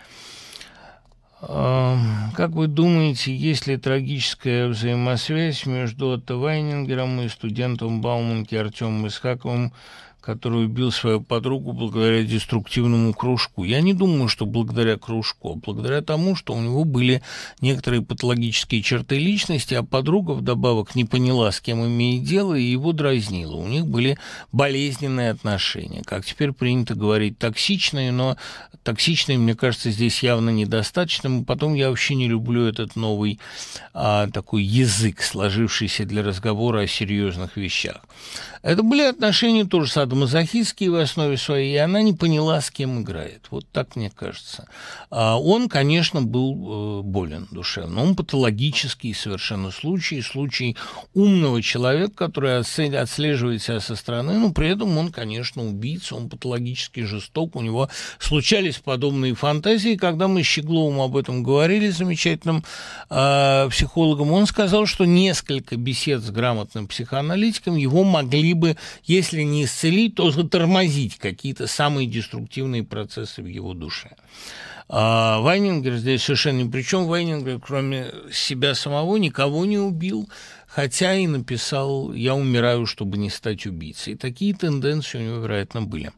Как вы думаете, есть ли трагическая взаимосвязь между Отто Вайнингером и студентом Бауманки Артемом Исхаковым, который убил свою подругу благодаря деструктивному кружку? Я не думаю, что благодаря кружку, а благодаря тому, что у него были некоторые патологические черты личности, а подруга вдобавок не поняла, с кем имеет дело, и его дразнила. У них были болезненные отношения. Как теперь принято говорить, токсичные, но токсичные, мне кажется, здесь явно недостаточно. Потом я вообще не люблю этот новый такой язык, сложившийся для разговора о серьезных вещах. Это были отношения тоже с садомазохистские в основе своей, и она не поняла, с кем играет. Вот так мне кажется. Он, конечно, был болен душевно. Он патологический совершенно случай умного человека, который отслеживает себя со стороны, но при этом он, конечно, убийца, он патологически жесток, у него случались подобные фантазии. Когда мы с Щегловым об этом говорили, замечательным психологом, он сказал, что несколько бесед с грамотным психоаналитиком его могли бы, если не исцелить, то затормозить какие-то самые деструктивные процессы в его душе. Вайнингер здесь совершенно ни при чем. Вайнингер, кроме себя самого, никого не убил, хотя и написал «Я умираю, чтобы не стать убийцей». Такие тенденции у него, вероятно, были.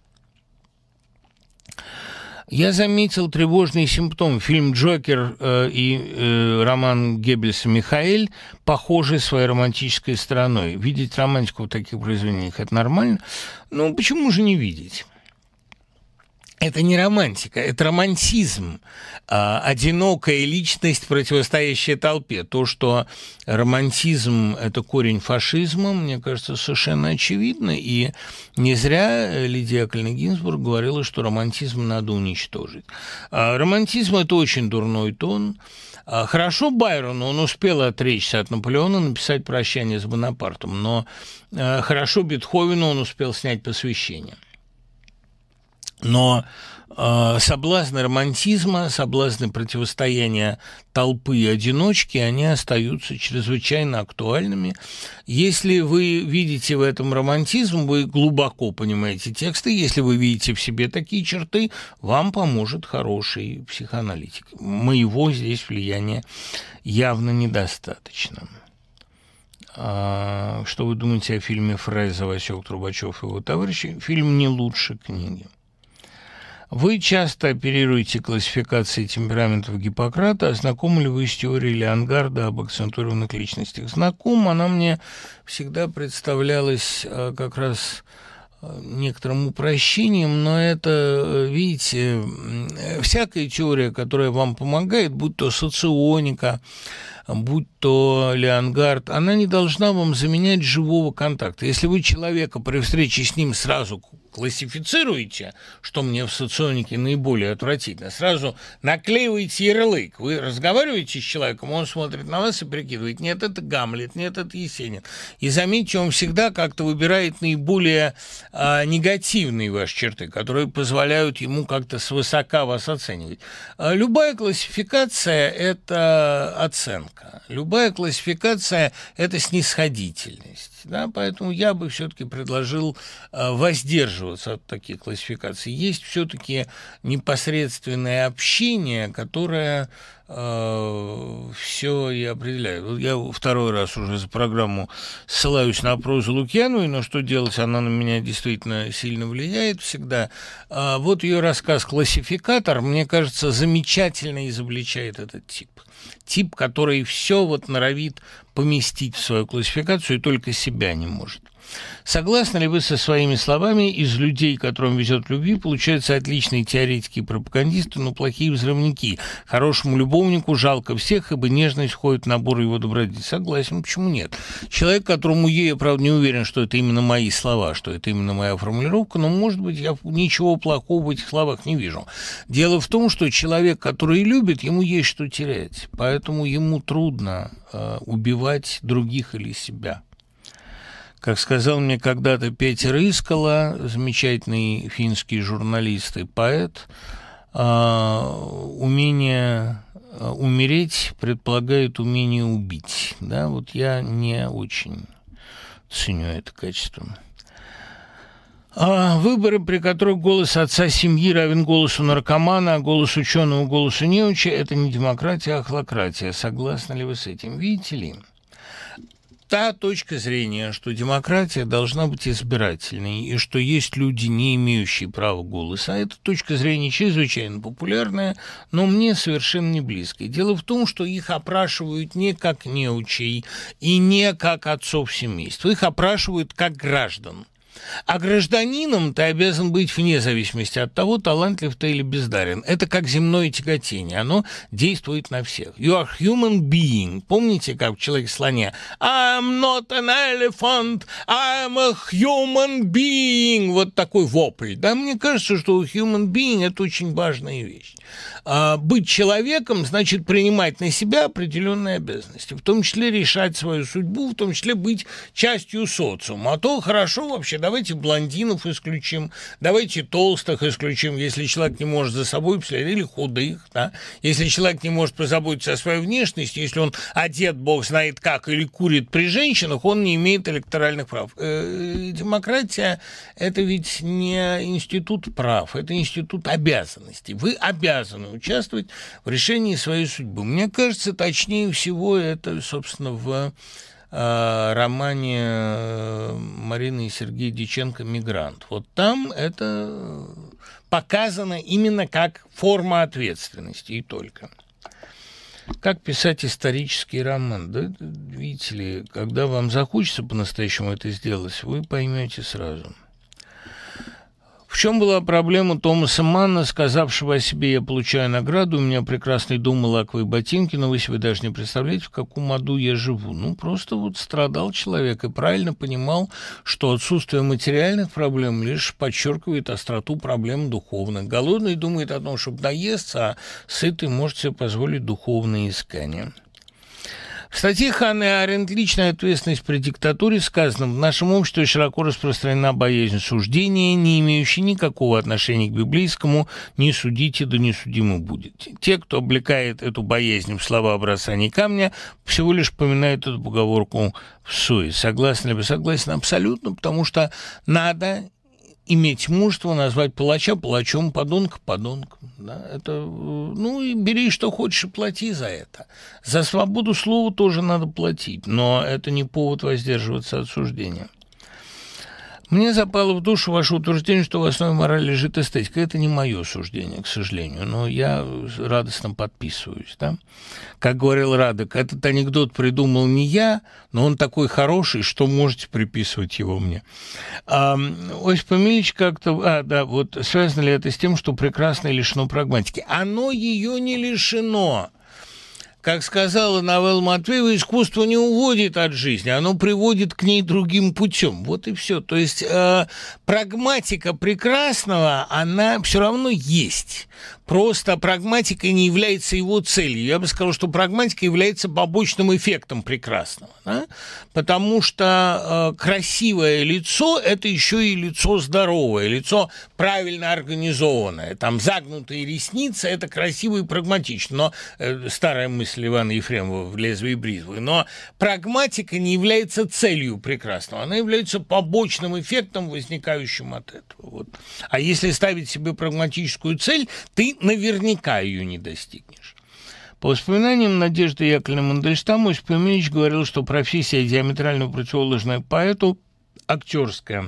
Я заметил тревожный симптом. Фильм «Джокер» и роман Геббельса «Михаэль» похожи своей романтической стороной. Видеть романтику в таких произведениях – это нормально. Но почему же не видеть? Это не романтика, это романтизм, одинокая личность, противостоящая толпе. То, что романтизм – это корень фашизма, мне кажется, совершенно очевидно. И не зря Лидия Яковлевна Гинзбург говорила, что романтизм надо уничтожить. Романтизм – это очень дурной тон. Хорошо Байрону, он успел отречься от Наполеона, написать «Прощание с Бонапартом», но хорошо Бетховену, он успел снять «Посвящение». Но соблазны романтизма, соблазны противостояния толпы и одиночки, они остаются чрезвычайно актуальными. Если вы видите в этом романтизм, вы глубоко понимаете тексты. Если вы видите в себе такие черты, вам поможет хороший психоаналитик. Моего здесь влияния явно недостаточно. Что вы думаете о фильме Фреза «Васек Трубачев и его товарищи»? Фильм не лучше книги. Вы часто оперируете классификацией темпераментов Гиппократа. А знакомы ли вы с теорией Леонгарда об акцентурированных личностях? Знаком. Она мне всегда представлялась как раз некоторым упрощением, но это, видите, всякая теория, которая вам помогает, будь то соционика, будь то Леонгард, она не должна вам заменять живого контакта. Если вы человека при встрече с ним сразу классифицируете, что мне в соционике наиболее отвратительно, сразу наклеиваете ярлык. Вы разговариваете с человеком, он смотрит на вас и прикидывает, нет, это Гамлет, нет, это Есенин. И заметьте, он всегда как-то выбирает наиболее негативные ваши черты, которые позволяют ему как-то свысока вас оценивать. Любая классификация – это оценка. Любая классификация – это снисходительность. Да? Поэтому я бы все-таки предложил воздерживаться от таких классификаций. Есть все-таки непосредственное общение, которое все и определяет. Вот я второй раз уже за программу ссылаюсь на прозу Лукьяновой, но что делать, она на меня действительно сильно влияет всегда. Вот ее рассказ «Классификатор», мне кажется, замечательно изобличает этот тип. Тип, который все вот норовит поместить в свою классификацию и только себя не может. Согласны ли вы со своими словами? Из людей, которым везет в любви, получаются отличные теоретики и пропагандисты, но плохие взрывники. Хорошему любовнику жалко всех, ибо нежность входит в набор его добродетелей. Согласен, почему нет? Человек, которому я, правда, не уверен, что это именно мои слова, что это именно моя формулировка, но, может быть, я ничего плохого в этих словах не вижу. Дело в том, что человек, который любит, ему есть что терять, поэтому ему трудно убивать других или себя. Как сказал мне когда-то Петя Рыскала, замечательный финский журналист и поэт, умение умереть предполагает умение убить. Да, вот я не очень ценю это качество. Выборы, при которых голос отца семьи равен голосу наркомана, а голос ученого голосу неуча – это не демократия, а хлократия. Согласны ли вы с этим? Видите ли? Та точка зрения, что демократия должна быть избирательной и что есть люди, не имеющие права голоса, эта точка зрения чрезвычайно популярная, но мне совершенно не близкая. Дело в том, что их опрашивают не как неучей и не как отцов семейства, их опрашивают как граждан. А гражданином ты обязан быть вне зависимости от того, талантлив ты или бездарен. Это как земное тяготение, оно действует на всех. You are human being. Помните, как в «Человеке-слоне»? I'm not an elephant, I'm a human being. Вот такой вопль. Да, мне кажется, что human being – это очень важная вещь. Быть человеком значит принимать на себя определенные обязанности, в том числе решать свою судьбу, в том числе быть частью социума. А то хорошо вообще, давайте блондинов исключим, давайте толстых исключим, если человек не может за собой посмотреть, или худых, да? Если человек не может позаботиться о своей внешности, если он одет бог знает как или курит при женщинах, он не имеет электоральных прав. Демократия – это ведь не институт прав, это институт обязанностей. Вы обязаны участвовать в решении своей судьбы. Мне кажется, точнее всего это, собственно, в романе Марины и Сергея Дьяченко «Мигрант». Вот там это показано именно как форма ответственности и только. Как писать исторический роман? Да, видите ли, когда вам захочется по-настоящему это сделать, вы поймете сразу. В чем была проблема Томаса Манна, сказавшего о себе: «Я получаю награду, у меня прекрасный дом и лаковые ботинки, но вы себе даже не представляете, в каком аду я живу». Ну, просто вот страдал человек и правильно понимал, что отсутствие материальных проблем лишь подчеркивает остроту проблем духовных. Голодный думает о том, чтобы наесться, а сытый может себе позволить духовные искания. В статье Ханны Аренд «Личная ответственность при диктатуре» сказано: в нашем обществе широко распространена боязнь суждения, не имеющая никакого отношения к библейскому «не судите, да не судимы будете». Те, кто облекает эту боязнь в слова образца «не камня», всего лишь поминают эту поговорку всуе. Согласны ли вы? Согласен абсолютно, потому что надо иметь мужество назвать палача палачом, подонка подонком. Да? Это, ну и бери, что хочешь, и плати за это. За свободу слова тоже надо платить, но это не повод воздерживаться от суждения. Мне запало в душу ваше утверждение, что в основе морали лежит эстетика. Это не мое суждение, к сожалению, но я радостно подписываюсь. Да? Как говорил Радек, этот анекдот придумал не я, но он такой хороший, что можете приписывать его мне. Осип Эмильевич как-то... вот связано ли это с тем, что прекрасное лишено прагматики? Оно ее не лишено. Как сказала Новелла Матвеева, искусство не уводит от жизни, оно приводит к ней другим путем. Вот и все. То есть прагматика прекрасного, она все равно есть. Просто прагматика не является его целью. Я бы сказал, что прагматика является побочным эффектом прекрасного. Да? Потому что красивое лицо – это еще и лицо здоровое, лицо правильно организованное. Там загнутые ресницы – это красиво и прагматично. Но старая мысль Ивана Ефремова в «Лезвии бритвы». Но прагматика не является целью прекрасного. Она является побочным эффектом, возникающим от этого. Вот. А если ставить себе прагматическую цель, ты наверняка ее не достигнешь. По воспоминаниям Надежды Яковлевны Мандельштам, Осип Эмильевич говорил, что профессия диаметрально противоположная поэту – актерская.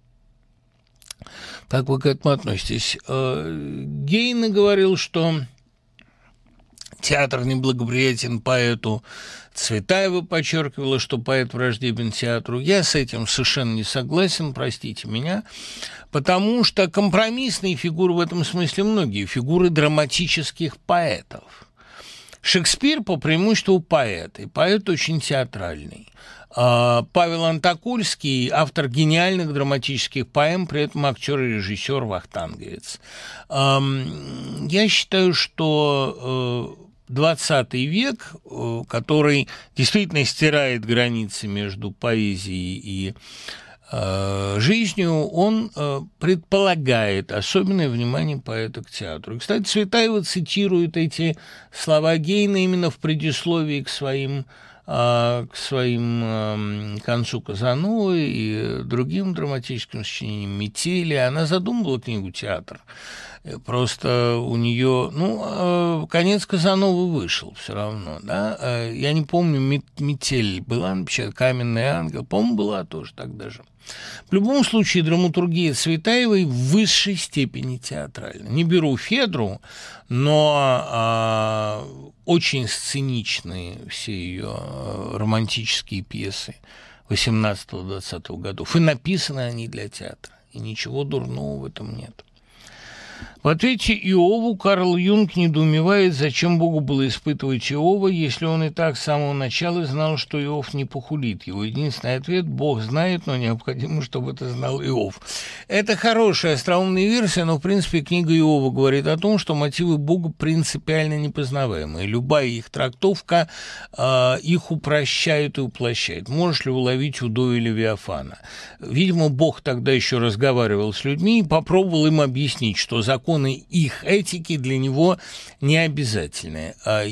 Как вы к этому относитесь? Гейне говорил, что театр неблагоприятен поэту. Цветаева подчеркивала, что поэт враждебен театру. Я с этим совершенно не согласен, простите меня, потому что компромиссные фигуры в этом смысле многие, фигуры драматических поэтов. Шекспир по преимуществу поэт, и поэт очень театральный. Павел Антокольский – автор гениальных драматических поэм, при этом актер и режиссер, вахтанговец. Я считаю, что 20 век, который действительно стирает границы между поэзией и жизнью, он предполагает особенное внимание поэта к театру. И, кстати, Цветаева цитирует эти слова Гейна именно в предисловии к своим концу Казановы и другим драматическим сочинениям «Метели». Она задумывала книгу «Театр». Просто у нее, конец Казановы вышел все равно, да. Я не помню, «Метель» была напечатана, «Каменный ангел», по-моему, была тоже тогда же. В любом случае, драматургия Цветаевой в высшей степени театральна. Не беру Федру, но очень сценичные все ее романтические пьесы. 18-20 годов. И написаны они для театра. И ничего дурного в этом нет. В ответе Иову Карл Юнг недоумевает, зачем Богу было испытывать Иова, если он и так с самого начала знал, что Иов не похулит. Его единственный ответ – Бог знает, но необходимо, чтобы это знал Иов. Это хорошая остроумная версия, но, в принципе, книга Иова говорит о том, что мотивы Бога принципиально непознаваемы. Любая их трактовка их упрощает и уплощает. Можешь ли уловить удоя Левиафана? Видимо, Бог тогда еще разговаривал с людьми и попробовал им объяснить, что законы их этики для него не обязательны.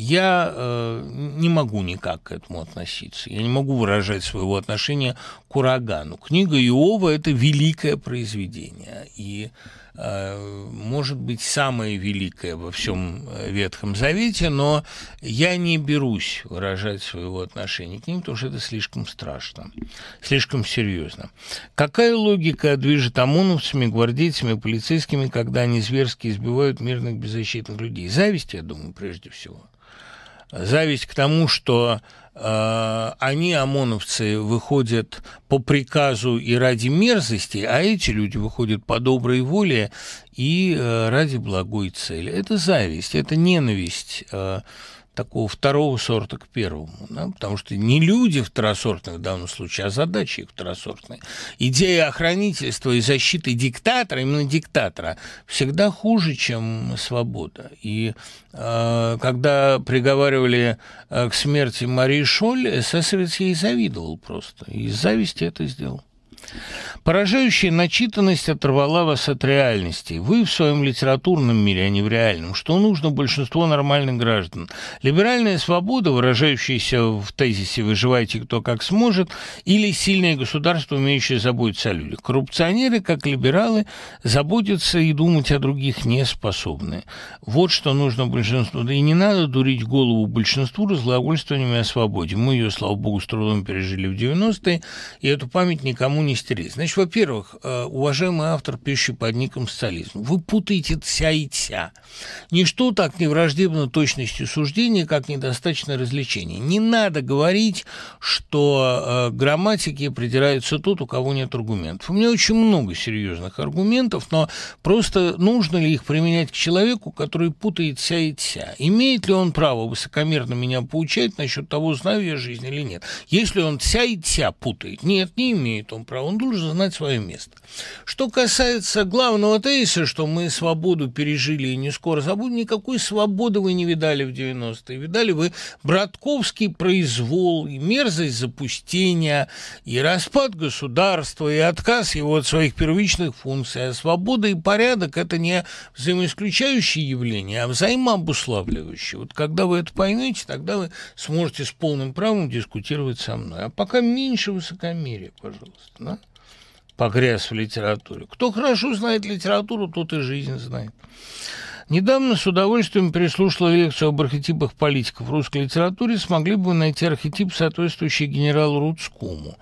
Я не могу никак к этому относиться. Я не могу выражать своего отношения к урагану. Книга Иова – это великое произведение. И может быть, самое великое во всем Ветхом Завете, но я не берусь выражать своего отношения к ним, потому что это слишком страшно, слишком серьезно. Какая логика движет ОМОНовцами, гвардейцами, полицейскими, когда они зверски избивают мирных беззащитных людей? Зависть, я думаю, прежде всего. Зависть к тому, что они, ОМОНовцы, выходят по приказу и ради мерзости, а эти люди выходят по доброй воле и ради благой цели. Это зависть, это ненависть такого второго сорта к первому, да? Потому что не люди второсортные в данном случае, а задачи их второсортные. Идея охранительства и защиты диктатора, именно диктатора, всегда хуже, чем свобода. И когда приговаривали к смерти Марии Шоль, эсэсовец ей завидовал просто. И из зависти это сделал. Поражающая начитанность оторвала вас от реальности. Вы в своем литературном мире, а не в реальном. Что нужно большинству нормальных граждан? Либеральная свобода, выражающаяся в тезисе «выживайте кто как сможет», или сильное государство, умеющее заботиться о людях. Коррупционеры, как либералы, заботятся и думать о других не способны. Вот что нужно большинству. Да и не надо дурить голову большинству разглагольствованиями о свободе. Мы ее, слава богу, с трудом пережили в 90-е, и эту память никому не стереть. Значит, во-первых, уважаемый автор, пишущий под ником «Социализм», вы путаете «тся» и «тся». Ничто так не враждебно точности суждения, как недостаточное развлечение. Не надо говорить, что к грамматике придирается тот, у кого нет аргументов. У меня очень много серьезных аргументов, но просто нужно ли их применять к человеку, который путает «тся» и «тся». Имеет ли он право высокомерно меня поучать насчет того, знаю я жизнь или нет? Если он «тся» и «тся» путает, нет, не имеет он права. Он должен знать свое место. Что касается главного тезиса, что мы свободу пережили и не скоро забудем, никакой свободы вы не видали в 90-е. Видали вы братковский произвол, и мерзость запустения, и распад государства, и отказ его от своих первичных функций. А свобода и порядок – это не взаимоисключающие явления, а взаимообуславливающие. Вот когда вы это поймете, тогда вы сможете с полным правом дискутировать со мной. А пока меньше высокомерия, пожалуйста. Да? Погряз в литературе. Кто хорошо знает литературу, тот и жизнь знает. Недавно с удовольствием переслушала лекцию об архетипах политиков в русской литературе. Смогли бы вы найти архетип, соответствующий генералу Рудскому?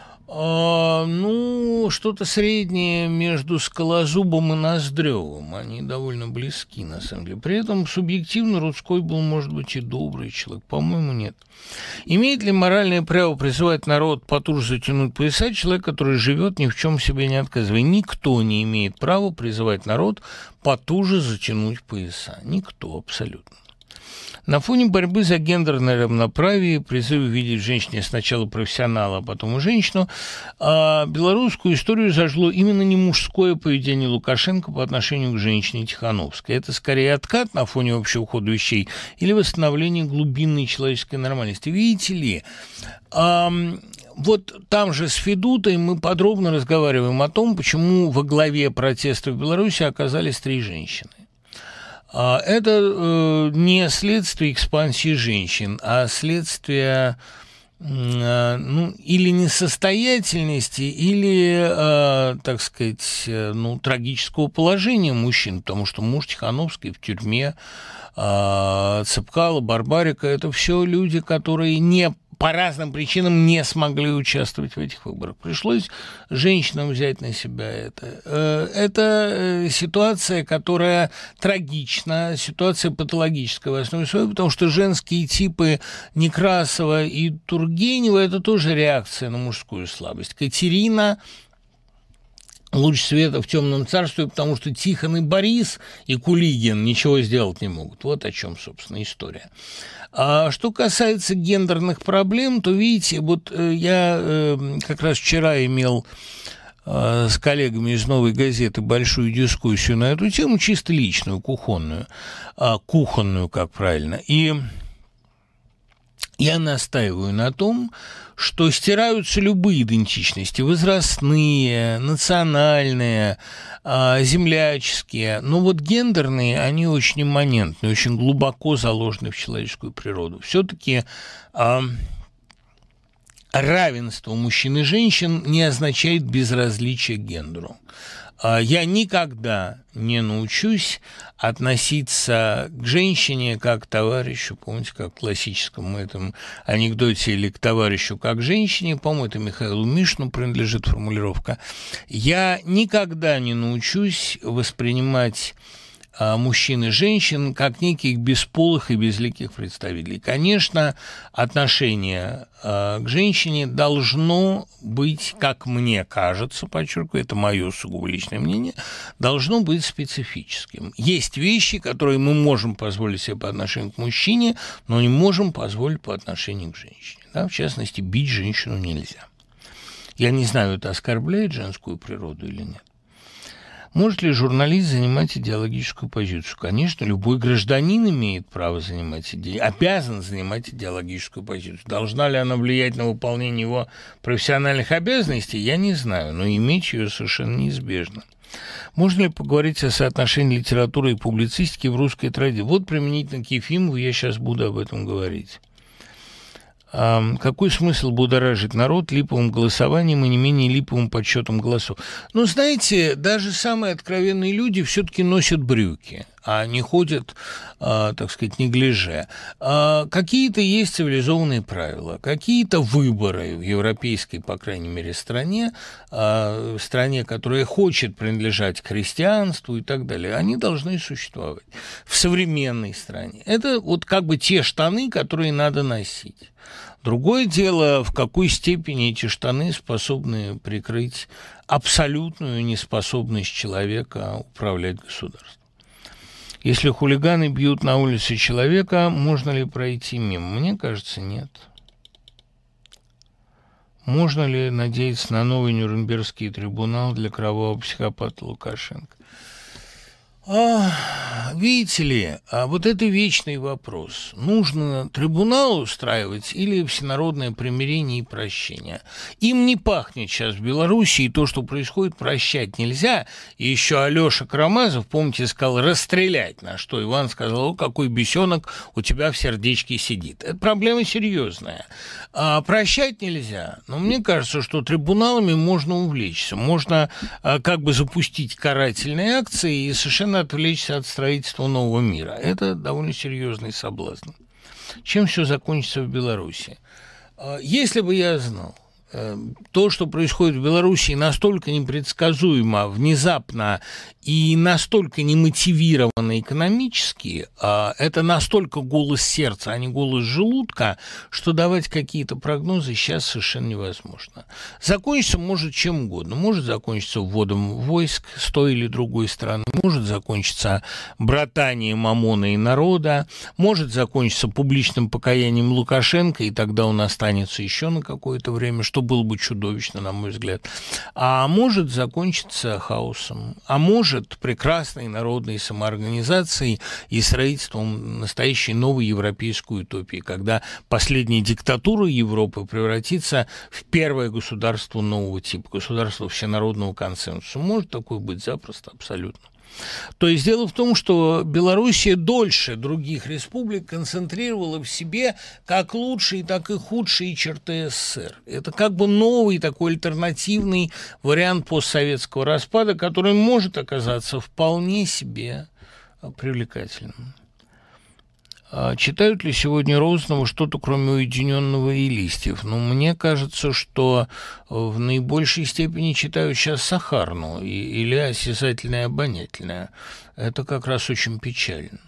Что-то среднее между Скалозубом и Ноздревым. Они довольно близки, на самом деле. При этом субъективно Рудской был, может быть, и добрый человек. По-моему, нет. Имеет ли моральное право призывать народ потуже затянуть пояса человек, который живет, ни в чем себе не отказывая? Никто не имеет права призывать народ потуже затянуть пояса. Никто абсолютно. На фоне борьбы за гендерное равноправие, призывы видеть в женщине сначала профессионала, а потом и женщину, белорусскую историю зажгло именно не мужское поведение Лукашенко по отношению к женщине Тихановской. Это скорее откат на фоне общего хода вещей или восстановление глубинной человеческой нормальности. Видите ли, вот там же с Федутой мы подробно разговариваем о том, почему во главе протеста в Беларуси оказались 3 женщины. Это не следствие экспансии женщин, а следствие или несостоятельности, или, так сказать, трагического положения мужчин, потому что муж Тихановской в тюрьме, Цепкало, Барбарика – это все люди, которые не по разным причинам не смогли участвовать в этих выборах. Пришлось женщинам взять на себя это. Это ситуация, которая трагична, ситуация патологическая в основе своей, потому что женские типы Некрасова и Тургенева – это тоже реакция на мужскую слабость. Катерина – луч света в темном царстве, потому что Тихон и Борис и Кулигин ничего сделать не могут. Вот о чем, собственно, история. А что касается гендерных проблем, то, видите, вот я как раз вчера имел с коллегами из «Новой газеты» большую дискуссию на эту тему, чисто личную, кухонную, как правильно. И я настаиваю на том, что стираются любые идентичности, возрастные, национальные, земляческие, но вот гендерные, они очень имманентны, очень глубоко заложены в человеческую природу. Все-таки равенство мужчин и женщин не означает безразличие к гендеру. Я никогда не научусь относиться к женщине как к товарищу, помните, как в классическом этом анекдоте, или к товарищу как к женщине, по-моему, это Михаилу Мишину принадлежит формулировка. Я никогда не научусь воспринимать мужчин и женщин как неких бесполых и безликих представителей. Конечно, отношение к женщине должно быть, как мне кажется, подчеркиваю, это мое сугубо личное мнение, должно быть специфическим. Есть вещи, которые мы можем позволить себе по отношению к мужчине, но не можем позволить по отношению к женщине. Да? В частности, бить женщину нельзя. Я не знаю, это оскорбляет женскую природу или нет. Может ли журналист занимать идеологическую позицию? Конечно, любой гражданин имеет право обязан занимать идеологическую позицию. Должна ли она влиять на выполнение его профессиональных обязанностей, я не знаю, но иметь ее совершенно неизбежно. Можно ли поговорить о соотношении литературы и публицистики в русской традиции? Вот применительно к Ефимову я сейчас буду об этом говорить. Какой смысл будоражить народ липовым голосованием и не менее липовым подсчетом голосов? Ну, знаете, даже самые откровенные люди все-таки носят брюки, а не ходят, так сказать, неглиже. Какие-то есть цивилизованные правила, какие-то выборы в европейской, по крайней мере, стране, которая хочет принадлежать к христианству и так далее, они должны существовать в современной стране. Это вот как бы те штаны, которые надо носить. Другое дело, в какой степени эти штаны способны прикрыть абсолютную неспособность человека управлять государством. Если хулиганы бьют на улице человека, можно ли пройти мимо? Мне кажется, нет. Можно ли надеяться на новый Нюрнбергский трибунал для кровавого психопата Лукашенко? Видите ли, вот это вечный вопрос. Нужно трибунал устраивать или всенародное примирение и прощение? Им не пахнет сейчас в Белоруссии, то, что происходит, прощать нельзя. И еще Алеша Карамазов, помните, сказал расстрелять, на что Иван сказал: о, какой бесенок у тебя в сердечке сидит. Это проблема серьезная. Прощать нельзя, но мне кажется, что трибуналами можно увлечься. Можно как бы запустить карательные акции и совершенно отвлечься от строительства нового мира. Это довольно серьезный соблазн. Чем все закончится в Беларуси? Если бы я знал, то, что происходит в Беларуси, настолько непредсказуемо, внезапно и настолько немотивировано экономически, это настолько голос сердца, а не голос желудка, что давать какие-то прогнозы сейчас совершенно невозможно. Закончится может чем угодно. Может закончиться вводом войск с той или другой стороны, может закончиться братанием ОМОНа и народа, может закончиться публичным покаянием Лукашенко, и тогда он останется еще на какое-то время, что было бы чудовищно, на мой взгляд. А может закончиться хаосом, а может прекрасной народной самоорганизацией и строительством настоящей новой европейской утопии, когда последняя диктатура Европы превратится в первое государство нового типа, государство всенародного консенсуса. Может такое быть запросто, абсолютно. То есть дело в том, что Белоруссия дольше других республик концентрировала в себе как лучшие, так и худшие черты СССР. Это как бы новый такой альтернативный вариант постсоветского распада, который может оказаться вполне себе привлекательным. Читают ли сегодня Розанова что-то, кроме «Уединенного» и «Листьев»? Ну, мне кажется, что в наибольшей степени читают сейчас Сахарну или «Осязательное и обонятельное». Это как раз очень печально.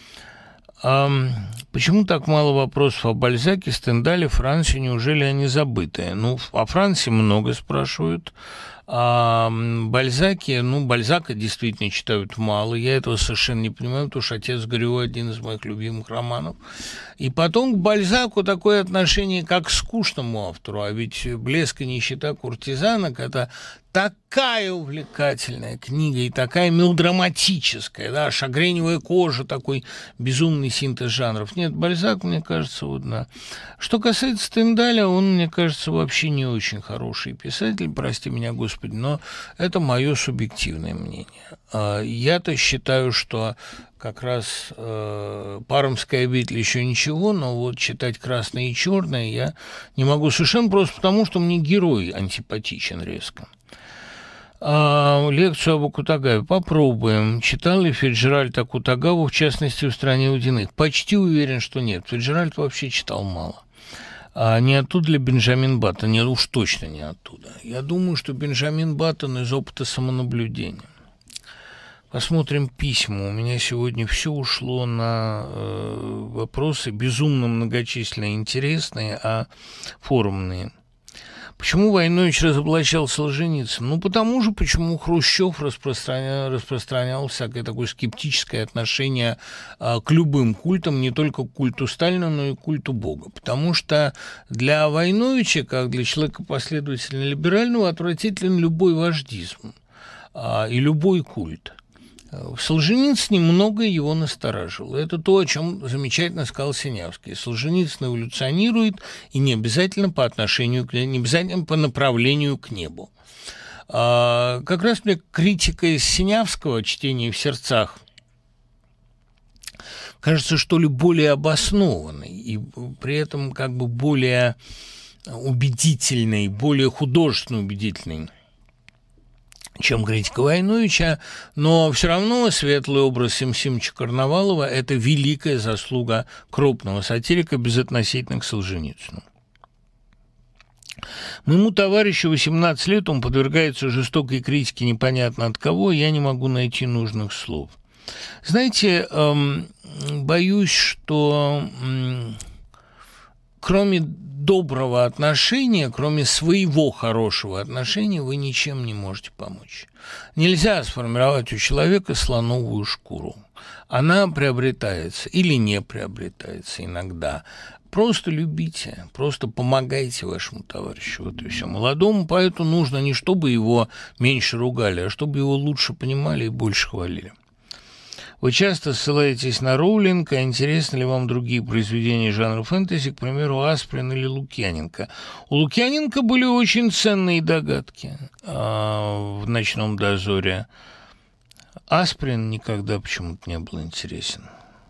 Почему так мало вопросов о Бальзаке, Стендале, Франции? Неужели они забытые? Ну, о Франции много спрашивают. А Бальзаке, Бальзака действительно читают мало. Я этого совершенно не понимаю, потому что «Отец Грё» — один из моих любимых романов. И потом к Бальзаку такое отношение, как к скучному автору. А ведь «Блеск и нищета куртизанок» — это такая увлекательная книга и такая мелодраматическая, да, шагреневая кожа, такой безумный синтез жанров. Нет, Бальзак, мне кажется, вот да. Что касается Стендаля, он, мне кажется, вообще не очень хороший писатель, прости меня, Господи, но это мое субъективное мнение. Я-то считаю, что как раз «Паромская обитель» еще ничего, но вот читать «Красное и черное» я не могу совершенно просто потому, что мне герой антипатичен резко. Лекцию об Акутагаве попробуем. Читал ли Фиджеральд Акутагаву, в частности, в «Стране водяных»? Почти уверен, что нет. Фиджеральд вообще читал мало. Не оттуда ли Бенджамин Баттон? Нет, уж точно не оттуда. Я думаю, что Бенджамин Баттон из опыта самонаблюдения. Посмотрим письма. У меня сегодня все ушло на вопросы безумно многочисленные, интересные, а форумные. Почему Войнович разоблачал Солженицына? Ну, потому же, почему Хрущев распространял всякое такое скептическое отношение к любым культам, не только к культу Сталина, но и к культу Бога. Потому что для Войновича, как для человека последовательно либерального, отвратителен любой вождизм и любой культ. В Солженицыне многое его насторожило. Это то, о чем замечательно сказал Синявский. Солженицын эволюционирует, и не обязательно по направлению к небу. Как раз мне критика из Синявского, чтение в сердцах, кажется, что ли, более обоснованной, и при этом как бы более убедительной, более художественно убедительной, чем критика Войновича, но все равно светлый образ Сим-Симыча Карнавалова – это великая заслуга крупного сатирика, безотносительно к Солженицыну. Моему товарищу 18 лет, он подвергается жестокой критике непонятно от кого, я не могу найти нужных слов. Знаете, боюсь, что кроме доброго отношения, кроме своего хорошего отношения, вы ничем не можете помочь. Нельзя сформировать у человека слоновую шкуру. Она приобретается или не приобретается иногда. Просто любите, просто помогайте вашему товарищу. Вот и все. Молодому поэту нужно не чтобы его меньше ругали, а чтобы его лучше понимали и больше хвалили. Вы часто ссылаетесь на Роулинг, а интересны ли вам другие произведения жанра фэнтези, к примеру, Асприн или Лукьяненко? У Лукьяненко были очень ценные догадки в «Ночном дозоре». Асприн никогда почему-то не был интересен.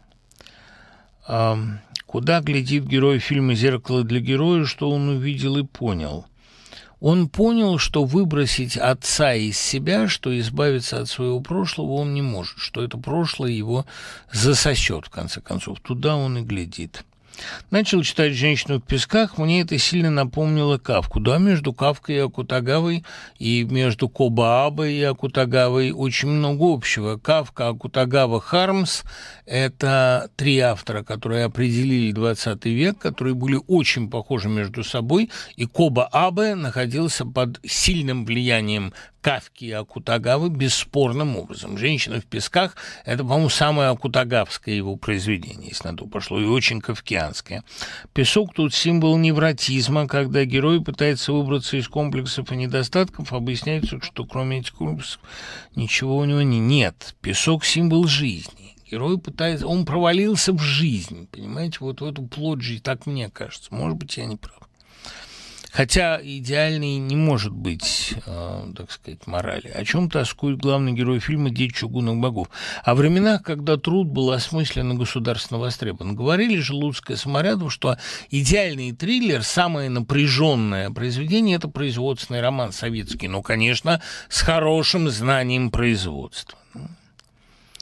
Куда глядит герой фильма «Зеркало для героя», что он увидел и понял? Он понял, что выбросить отца из себя, что избавиться от своего прошлого он не может, что это прошлое его засосет, в конце концов. Туда он и глядит. Начал читать «Женщину в песках», мне это сильно напомнило Кафку. Да, между Кафкой и Акутагавой, и между Коба-Абе и Акутагавой очень много общего. Кафка, Акутагава, Хармс – это три автора, которые определили 20 век, которые были очень похожи между собой, и Коба-Абе находился под сильным влиянием Кафки и Акутагавы бесспорным образом. «Женщина в песках» – это, по-моему, самое акутагавское его произведение, если на то пошло, и очень кафкианское. «Песок» тут символ невротизма, когда герой пытается выбраться из комплексов и недостатков, объясняется, что кроме этих комплексов ничего у него нет. «Песок» – символ жизни. Герой пытается, он провалился в жизнь, понимаете, вот в эту плоть жизни, так мне кажется. Может быть, я не прав. Хотя идеальной не может быть, так сказать, морали. О чем тоскует главный герой фильма «Дети чугунных богов»? О временах, когда труд был осмысленно государственно востребован. Говорили же Луцкая и Саморядов, что идеальный триллер, самое напряженное произведение – это производственный роман советский. Ну, конечно, с хорошим знанием производства.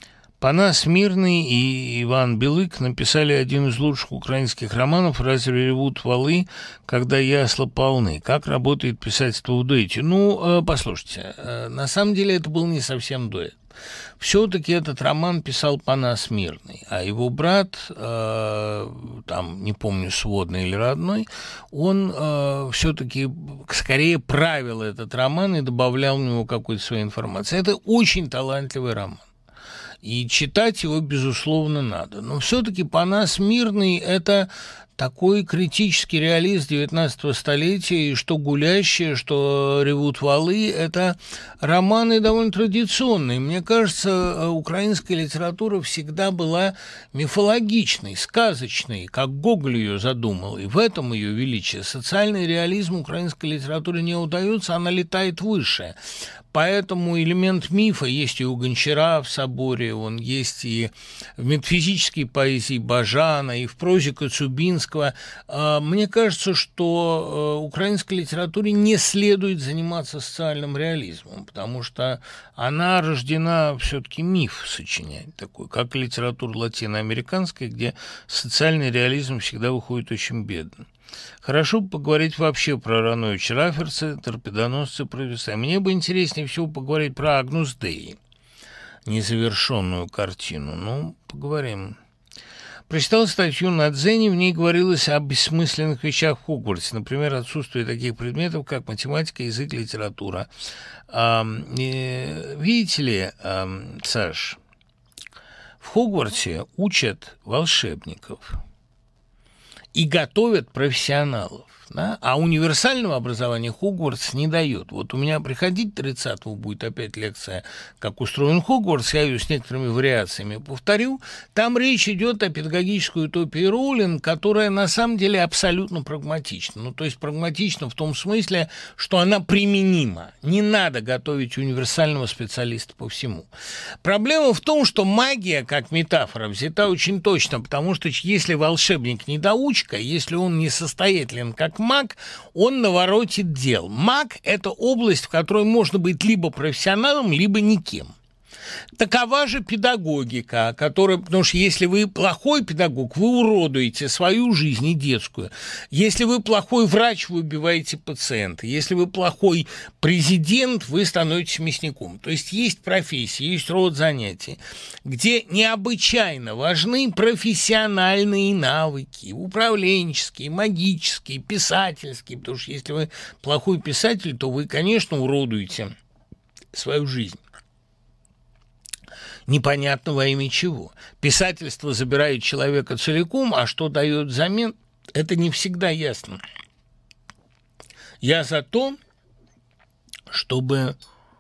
Панас Мирный и Иван Белык написали один из лучших украинских романов «Разве ревут валы, когда ясла полны». Как работает писательство в дуэте? Послушайте, на самом деле это был не совсем дуэт. Все-таки этот роман писал Панас Мирный, а его брат, там, не помню, сводный или родной, он все-таки скорее правил этот роман и добавлял в него какой-то своей информации. Это очень талантливый роман. И читать его, безусловно, надо. Но все-таки Панас Мирный – это такой критический реалист XIX столетия, и что «Гулящие», что «Ревут валы» – это романы довольно традиционные. Мне кажется, украинская литература всегда была мифологичной, сказочной, как Гоголь ее задумал, и в этом ее величие. Социальный реализм украинской литературе не удается, она летает выше. Поэтому элемент мифа есть и у Гончара в «Соборе», он есть и в метафизической поэзии Бажана, и в прозе Коцюбинского. Мне кажется, что украинской литературе не следует заниматься социальным реализмом, потому что она рождена все-таки миф сочинять такой, как литература латиноамериканская, где социальный реализм всегда выходит очень бедно. Хорошо поговорить вообще про Ароновича Рафферца, торпедоносца, провеса. Мне бы интереснее всего поговорить про Агнус Дей, незавершенную картину. Поговорим. Прочитал статью на Дзене, в ней говорилось о бессмысленных вещах в Хогвартсе, например, отсутствие таких предметов, как математика, язык, литература. Видите ли, Саш, в Хогвартсе учат волшебников и готовят профессионалов, да? А универсального образования Хогвартс не дает. Вот у меня приходить 30-го будет опять лекция, как устроен Хогвартс, я ее с некоторыми вариациями повторю. Там речь идет о педагогической утопии Роулинг, которая на самом деле абсолютно прагматична. То есть прагматична в том смысле, что она применима. Не надо готовить универсального специалиста по всему. Проблема в том, что магия, как метафора, взята очень точно, потому что если волшебник недоучка, если он несостоятелен как маг, он наворотит дел. Маг – это область, в которой можно быть либо профессионалом, либо никем. Такова же педагогика, которая, потому что если вы плохой педагог, вы уродуете свою жизнь и детскую. Если вы плохой врач, вы убиваете пациента. Если вы плохой президент, вы становитесь мясником. То есть есть профессии, есть род занятий, где необычайно важны профессиональные навыки, управленческие, магические, писательские, потому что если вы плохой писатель, то вы, конечно, уродуете свою жизнь. Непонятно во имя чего. Писательство забирает человека целиком, а что дает взамен, это не всегда ясно. Я за то, чтобы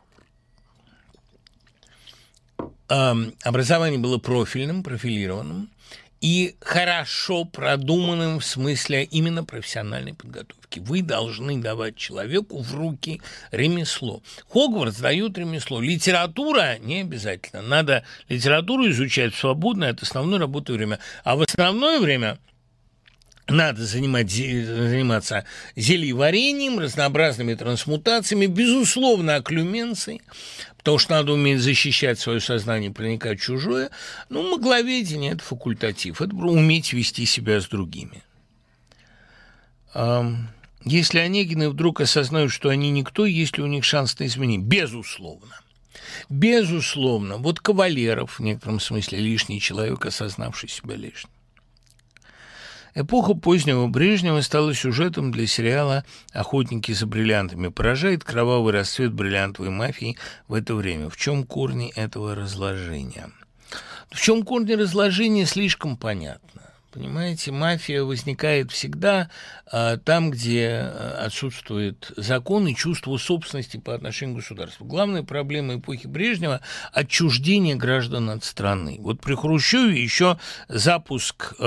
образование было профильным, профилированным и хорошо продуманным в смысле именно профессиональной подготовки. Вы должны давать человеку в руки ремесло. Хогвартс дает ремесло. Литература не обязательно. Надо литературу изучать в свободное от основной работы время. А в основное время надо заниматься зельеварением, разнообразными трансмутациями, безусловно, окклюменцией, потому что надо уметь защищать свое сознание, проникать в чужое. Магловедение – это факультатив, это уметь вести себя с другими. Если Онегины вдруг осознают, что они никто, есть ли у них шанс на изменение? Безусловно. Безусловно. Вот Кавалеров, в некотором смысле, лишний человек, осознавший себя лишним. Эпоха позднего Брежнева стала сюжетом для сериала «Охотники за бриллиантами». Поражает кровавый расцвет бриллиантовой мафии в это время. В чем корни этого разложения? В чем корни разложения, слишком понятно. Понимаете, мафия возникает всегда там, где отсутствует закон и чувство собственности по отношению к государству. Главная проблема эпохи Брежнева – отчуждение граждан от страны. Вот при Хрущеве еще запуск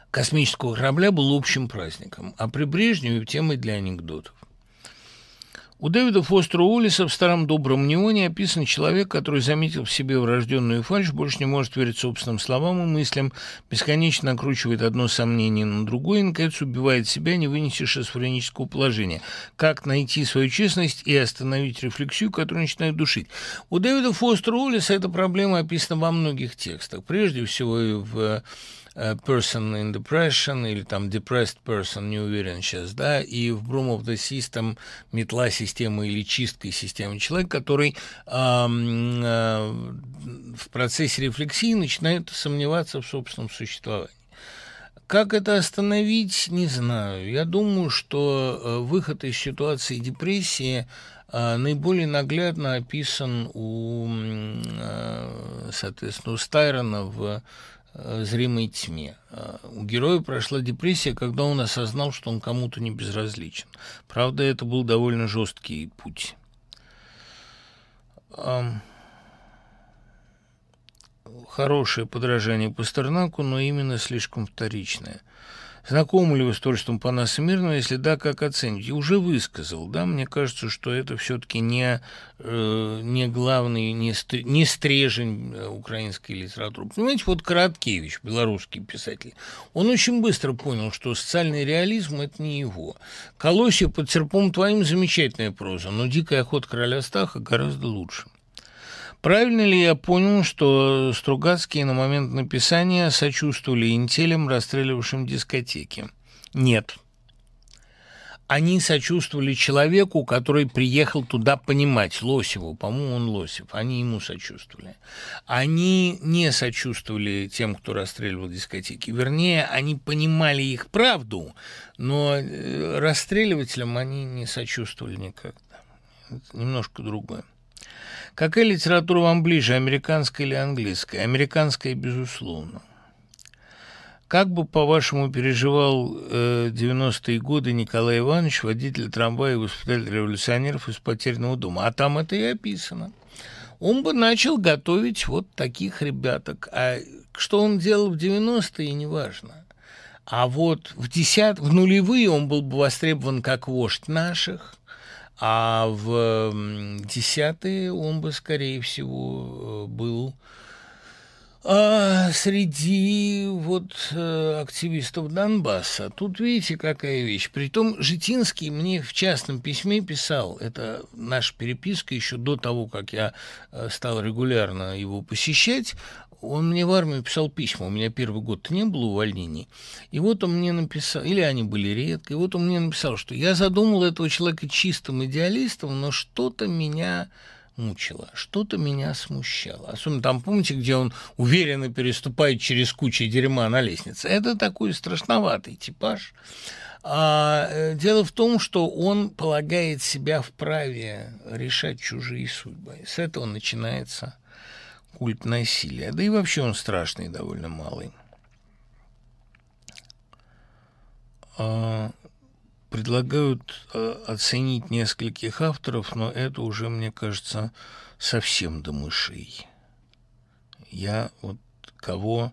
космического корабля был общим праздником, а при Брежневе темой для анекдотов. У Дэвида Фостера Уоллеса в «Старом добром неоне» описан человек, который заметил в себе врожденную фальшь, больше не может верить собственным словам и мыслям, бесконечно накручивает одно сомнение на другое и, наконец, убивает себя, не вынеся шизофренического положения. Как найти свою честность и остановить рефлексию, которая начинает душить? У Дэвида Фостера Уоллеса эта проблема описана во многих текстах. Прежде всего и в person in depression или там depressed person, не уверен сейчас, да, и в Broom of the System, метла системы или чисткой системы, человек, который в процессе рефлексии начинает сомневаться в собственном существовании. Как это остановить, не знаю. Я думаю, что выход из ситуации депрессии наиболее наглядно описан соответственно, у Стайрона в «Зримой тьме». У героя прошла депрессия, когда он осознал, что он кому-то не безразличен. Правда, это был довольно жесткий путь. Хорошее подражание Пастернаку, но именно слишком вторичное. Знакомы ли вы с творчеством Панаса Мирного? Если да, как оцените? Уже высказал, да? Мне кажется, что это все-таки не главный, не стрежень украинской литературы. Понимаете, вот Короткевич, белорусский писатель, он очень быстро понял, что социальный реализм – это не его. Колосьев под серпом твоим замечательная проза, но «Дикая охота короля Стаха» гораздо лучше. Правильно ли я понял, что Стругацкие на момент написания сочувствовали интеллям, расстреливавшим дискотеки? Нет. Они сочувствовали человеку, который приехал туда понимать, Лосеву, по-моему, он Лосев, они ему сочувствовали. Они не сочувствовали тем, кто расстреливал дискотеки. Вернее, они понимали их правду, но расстреливателям они не сочувствовали никогда. Это немножко другое. Какая литература вам ближе, американская или английская? Американская, безусловно. Как бы, по-вашему, переживал 90-е годы Николай Иванович, водитель трамвая и воспитатель революционеров из «Потерянного дома»? А там это и описано. Он бы начал готовить вот таких ребяток. А что он делал в 90-е, неважно. А вот в нулевые он был бы востребован как вождь наших, а в десятые он бы, скорее всего, был среди активистов Донбасса. Тут видите, какая вещь. Притом Житинский мне в частном письме писал, это наша переписка еще до того, как я стал регулярно его посещать. Он мне в армию писал письма, у меня первый год не было увольнений. И вот он мне написал, или они были редко, и вот он мне написал, что я задумал этого человека чистым идеалистом, но что-то меня мучило, что-то меня смущало. Особенно там, помните, где он уверенно переступает через кучу дерьма на лестнице? Это такой страшноватый типаж. Дело в том, что он полагает себя вправе решать чужие судьбы. С этого начинается культ насилия. Да и вообще он страшный, довольно малый. Предлагают оценить нескольких авторов, но это уже, мне кажется, совсем до мышей. Я вот кого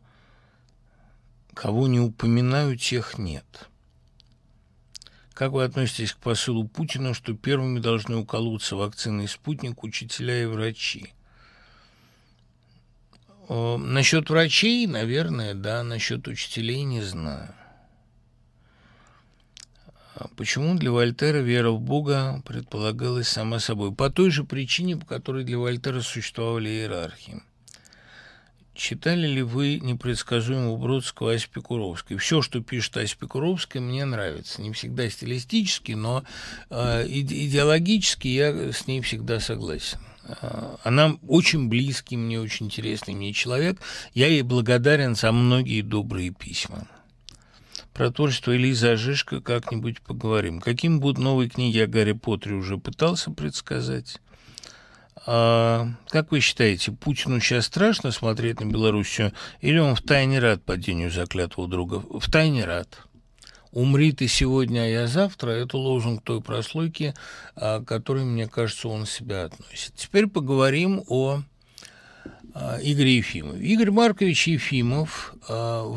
не упоминаю, тех нет. Как вы относитесь к посылу Путина, что первыми должны уколоться вакциной «Спутник» учителя и врачи? Насчет врачей, наверное, да, насчет учителей не знаю. Почему для Вольтера вера в Бога предполагалась сама собой? По той же причине, по которой для Вольтера существовали иерархии. Читали ли вы непредсказуемого Бродского Аси Пикуровской? Все, что пишет Ася Пикуровская, мне нравится. Не всегда стилистически, но идеологически я с ней всегда согласен. Она очень близкий мне, очень интересный мне человек. Я ей благодарен за многие добрые письма. Про творчество Элизы Ожишко как-нибудь поговорим. Каким будут новые книги о Гарри Поттере, уже пытался предсказать. Как вы считаете, Путину сейчас страшно смотреть на Белоруссию, или он втайне рад падению заклятого друга? Втайне рад. «Умри ты сегодня, а я завтра» – это лозунг той прослойки, к которой, мне кажется, он себя относит. Теперь поговорим о Игоре Ефимове. Игорь Маркович Ефимов,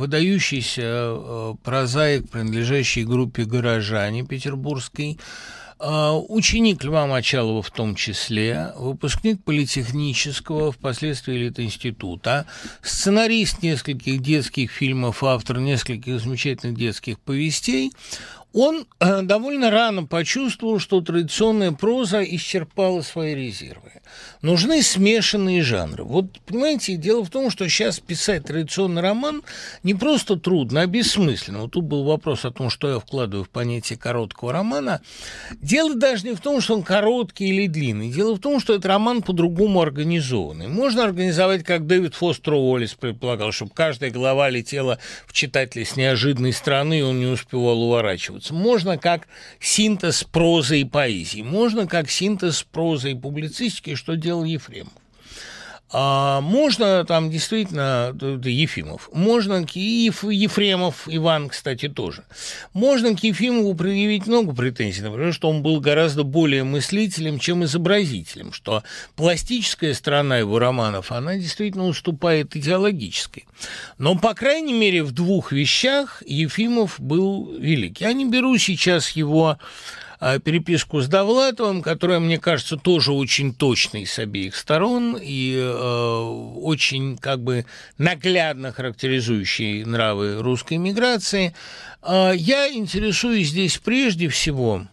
выдающийся прозаик, принадлежащий группе «Горожане» петербургской, ученик Льва Мочалова в том числе, выпускник политехнического, впоследствии Литинститута, сценарист нескольких детских фильмов, автор нескольких замечательных детских повестей. Он довольно рано почувствовал, что традиционная проза исчерпала свои резервы. Нужны смешанные жанры. Вот, понимаете, дело в том, что сейчас писать традиционный роман не просто трудно, а бессмысленно. Вот тут был вопрос о том, что я вкладываю в понятие короткого романа. Дело даже не в том, что он короткий или длинный. Дело в том, что этот роман по-другому организованный. Можно организовать, как Дэвид Фостер Уоллес предполагал, чтобы каждая глава летела в читателя с неожиданной стороны, и он не успевал уворачиваться. Можно как синтез прозы и поэзии, можно как синтез прозы и публицистики, что делал Ефремов. Можно там действительно Ефимов, можно Ефремов Иван, кстати, тоже. Можно к Ефимову предъявить много претензий, например, что он был гораздо более мыслителем, чем изобразителем, что пластическая сторона его романов, она действительно уступает идеологической. Но, по крайней мере, в двух вещах Ефимов был велик. Я не беру сейчас его переписку с Довлатовым, которая, мне кажется, тоже очень точной с обеих сторон и очень как бы наглядно характеризующей нравы русской миграции. Я интересуюсь здесь прежде всего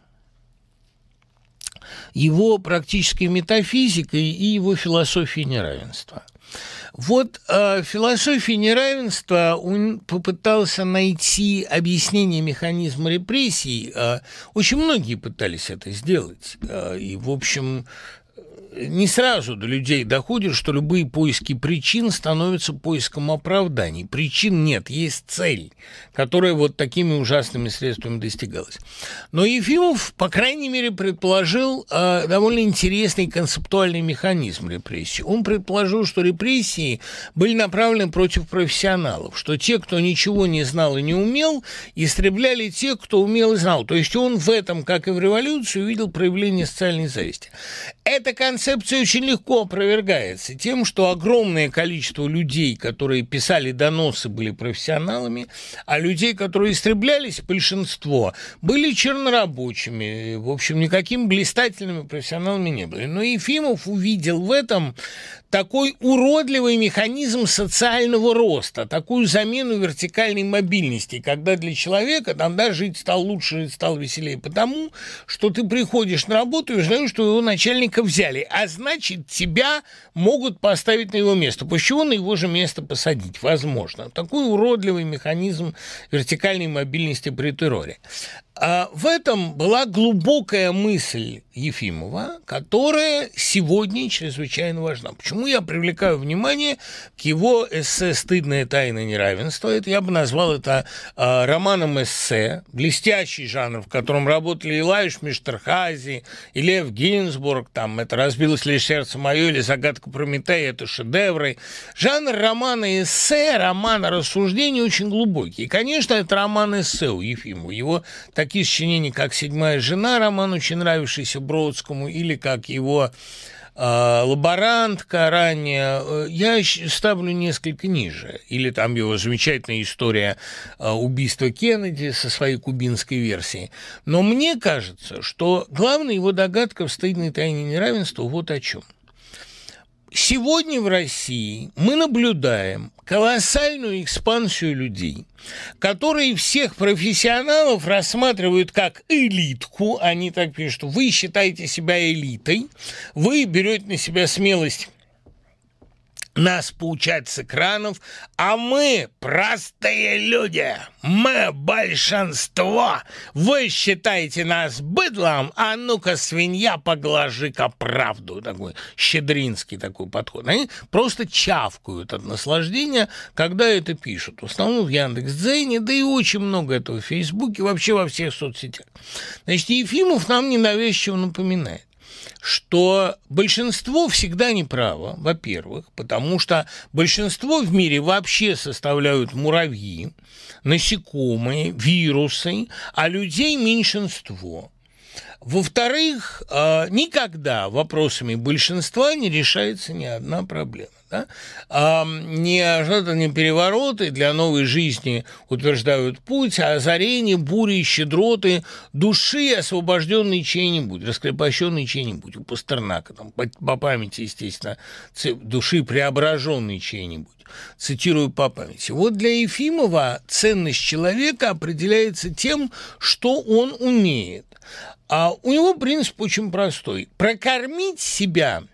его практической метафизикой и его философией неравенства. Вот философия неравенства, он попытался найти объяснение механизма репрессий. Очень многие пытались это сделать. И, в общем, не сразу до людей доходит, что любые поиски причин становятся поиском оправданий. Причин нет, есть цель, которая вот такими ужасными средствами достигалась. Но Ефимов, по крайней мере, предположил довольно интересный концептуальный механизм репрессий. Он предположил, что репрессии были направлены против профессионалов, что те, кто ничего не знал и не умел, истребляли тех, кто умел и знал. То есть он в этом, как и в революции, увидел проявление социальной зависти. Эта концепция очень легко опровергается тем, что огромное количество людей, которые писали доносы, были профессионалами, а людей, которые истреблялись, большинство, были чернорабочими. В общем, никакими блистательными профессионалами не были. Но Ефимов увидел в этом такой уродливый механизм социального роста, такую замену вертикальной мобильности, когда для человека там, да, жить стал лучше, стал веселее, потому что ты приходишь на работу и узнаешь, что его начальника взяли, а значит, тебя могут поставить на его место. Почему на его же место посадить? Возможно. Такой уродливый механизм вертикальной мобильности при терроре. А в этом была глубокая мысль Ефимова, которая сегодня чрезвычайно важна. Почему я привлекаю внимание к его эссе «Стыдная тайна неравенства»? Это я бы назвал это романом-эссе, блестящий жанр, в котором работали и Лаиш Миштерхази, и Лев Гинзбург, там «Это разбилось ли сердце мое» или «Загадка Прометея» — это шедевры. Жанр романа-эссе, романа-рассуждения очень глубокий. И, конечно, это роман-эссе у Ефимова. Его такие сочинения, как «Седьмая жена», роман, очень нравившийся Бродскому, или как его «Лаборантка» ранее, я ставлю несколько ниже. Или там его замечательная история убийства Кеннеди со своей кубинской версией. Но мне кажется, что главная его догадка в «Стыдной тайне неравенства» вот о чем. Сегодня в России мы наблюдаем колоссальную экспансию людей, которые всех профессионалов рассматривают как элитку. Они так пишут, что вы считаете себя элитой, вы берете на себя смелость нас поучать с экранов, а мы простые люди, мы большинство. Вы считаете нас быдлом, а ну-ка, свинья, поглажи-ка правду. Такой щедринский такой подход. Они просто чавкают от наслаждения, когда это пишут. В основном в Яндекс.Дзене, да и очень много этого в Фейсбуке, вообще во всех соцсетях. Значит, Ефимов нам ненавязчиво напоминает, что большинство всегда неправо, во-первых, потому что большинство в мире вообще составляют муравьи, насекомые, вирусы, а людей меньшинство. Во-вторых, никогда вопросами большинства не решается ни одна проблема. Да? Неожиданные перевороты для новой жизни утверждают путь, а озарение, бури, щедроты души, освобожденной чьей-нибудь, раскрепощенной чьей-нибудь, у Пастернака, там, по памяти, естественно, души, преображенной чьей-нибудь. Цитирую по памяти. Вот для Ефимова ценность человека определяется тем, что он умеет. А у него принцип очень простой. Прокормить себя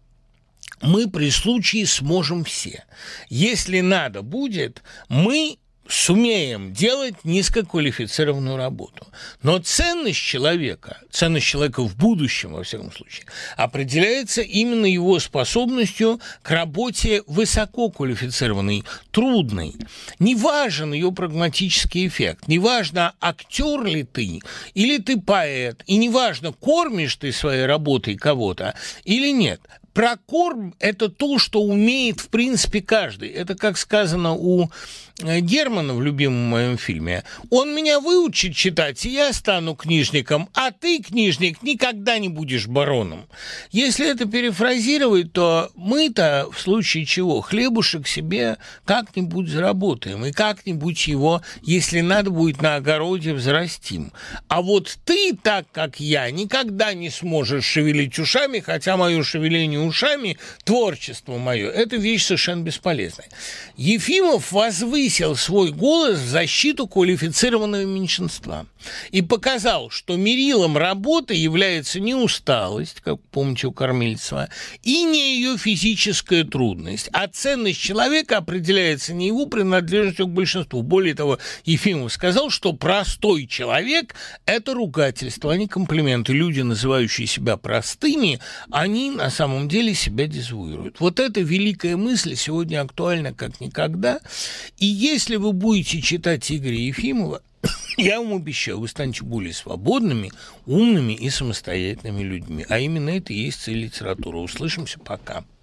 мы при случае сможем все. Если надо будет, мы сумеем делать низкоквалифицированную работу. Но ценность человека в будущем, во всяком случае, определяется именно его способностью к работе высококвалифицированной, трудной. Не важен ее прагматический эффект, не важно, актер ли ты или ты поэт, и не важно, кормишь ты своей работой кого-то или нет. Прокорм – это то, что умеет, в принципе, каждый. Это, как сказано у Германа в любимом моем фильме. Он меня выучит читать, и я стану книжником, а ты, книжник, никогда не будешь бароном. Если это перефразировать, то мы-то, в случае чего, хлебушек себе как-нибудь заработаем, и как-нибудь его, если надо будет, на огороде взрастим. А вот ты, так как я, никогда не сможешь шевелить ушами, хотя мое шевеление ушами, творчество мое, это вещь совершенно бесполезная. Ефимов возвысил свой голос в защиту квалифицированного меньшинства и показал, что мерилом работы является не усталость, как помните у Кормильцева, и не ее физическая трудность, а ценность человека определяется не его принадлежностью к большинству. Более того, Ефимов сказал, что простой человек – это ругательство, а не комплименты. Люди, называющие себя простыми, они на самом деле себя дезавуируют. Вот эта великая мысль сегодня актуальна как никогда. И если вы будете читать Игоря Ефимова, я вам обещаю, вы станете более свободными, умными и самостоятельными людьми. А именно это и есть цель литературы. Услышимся, пока.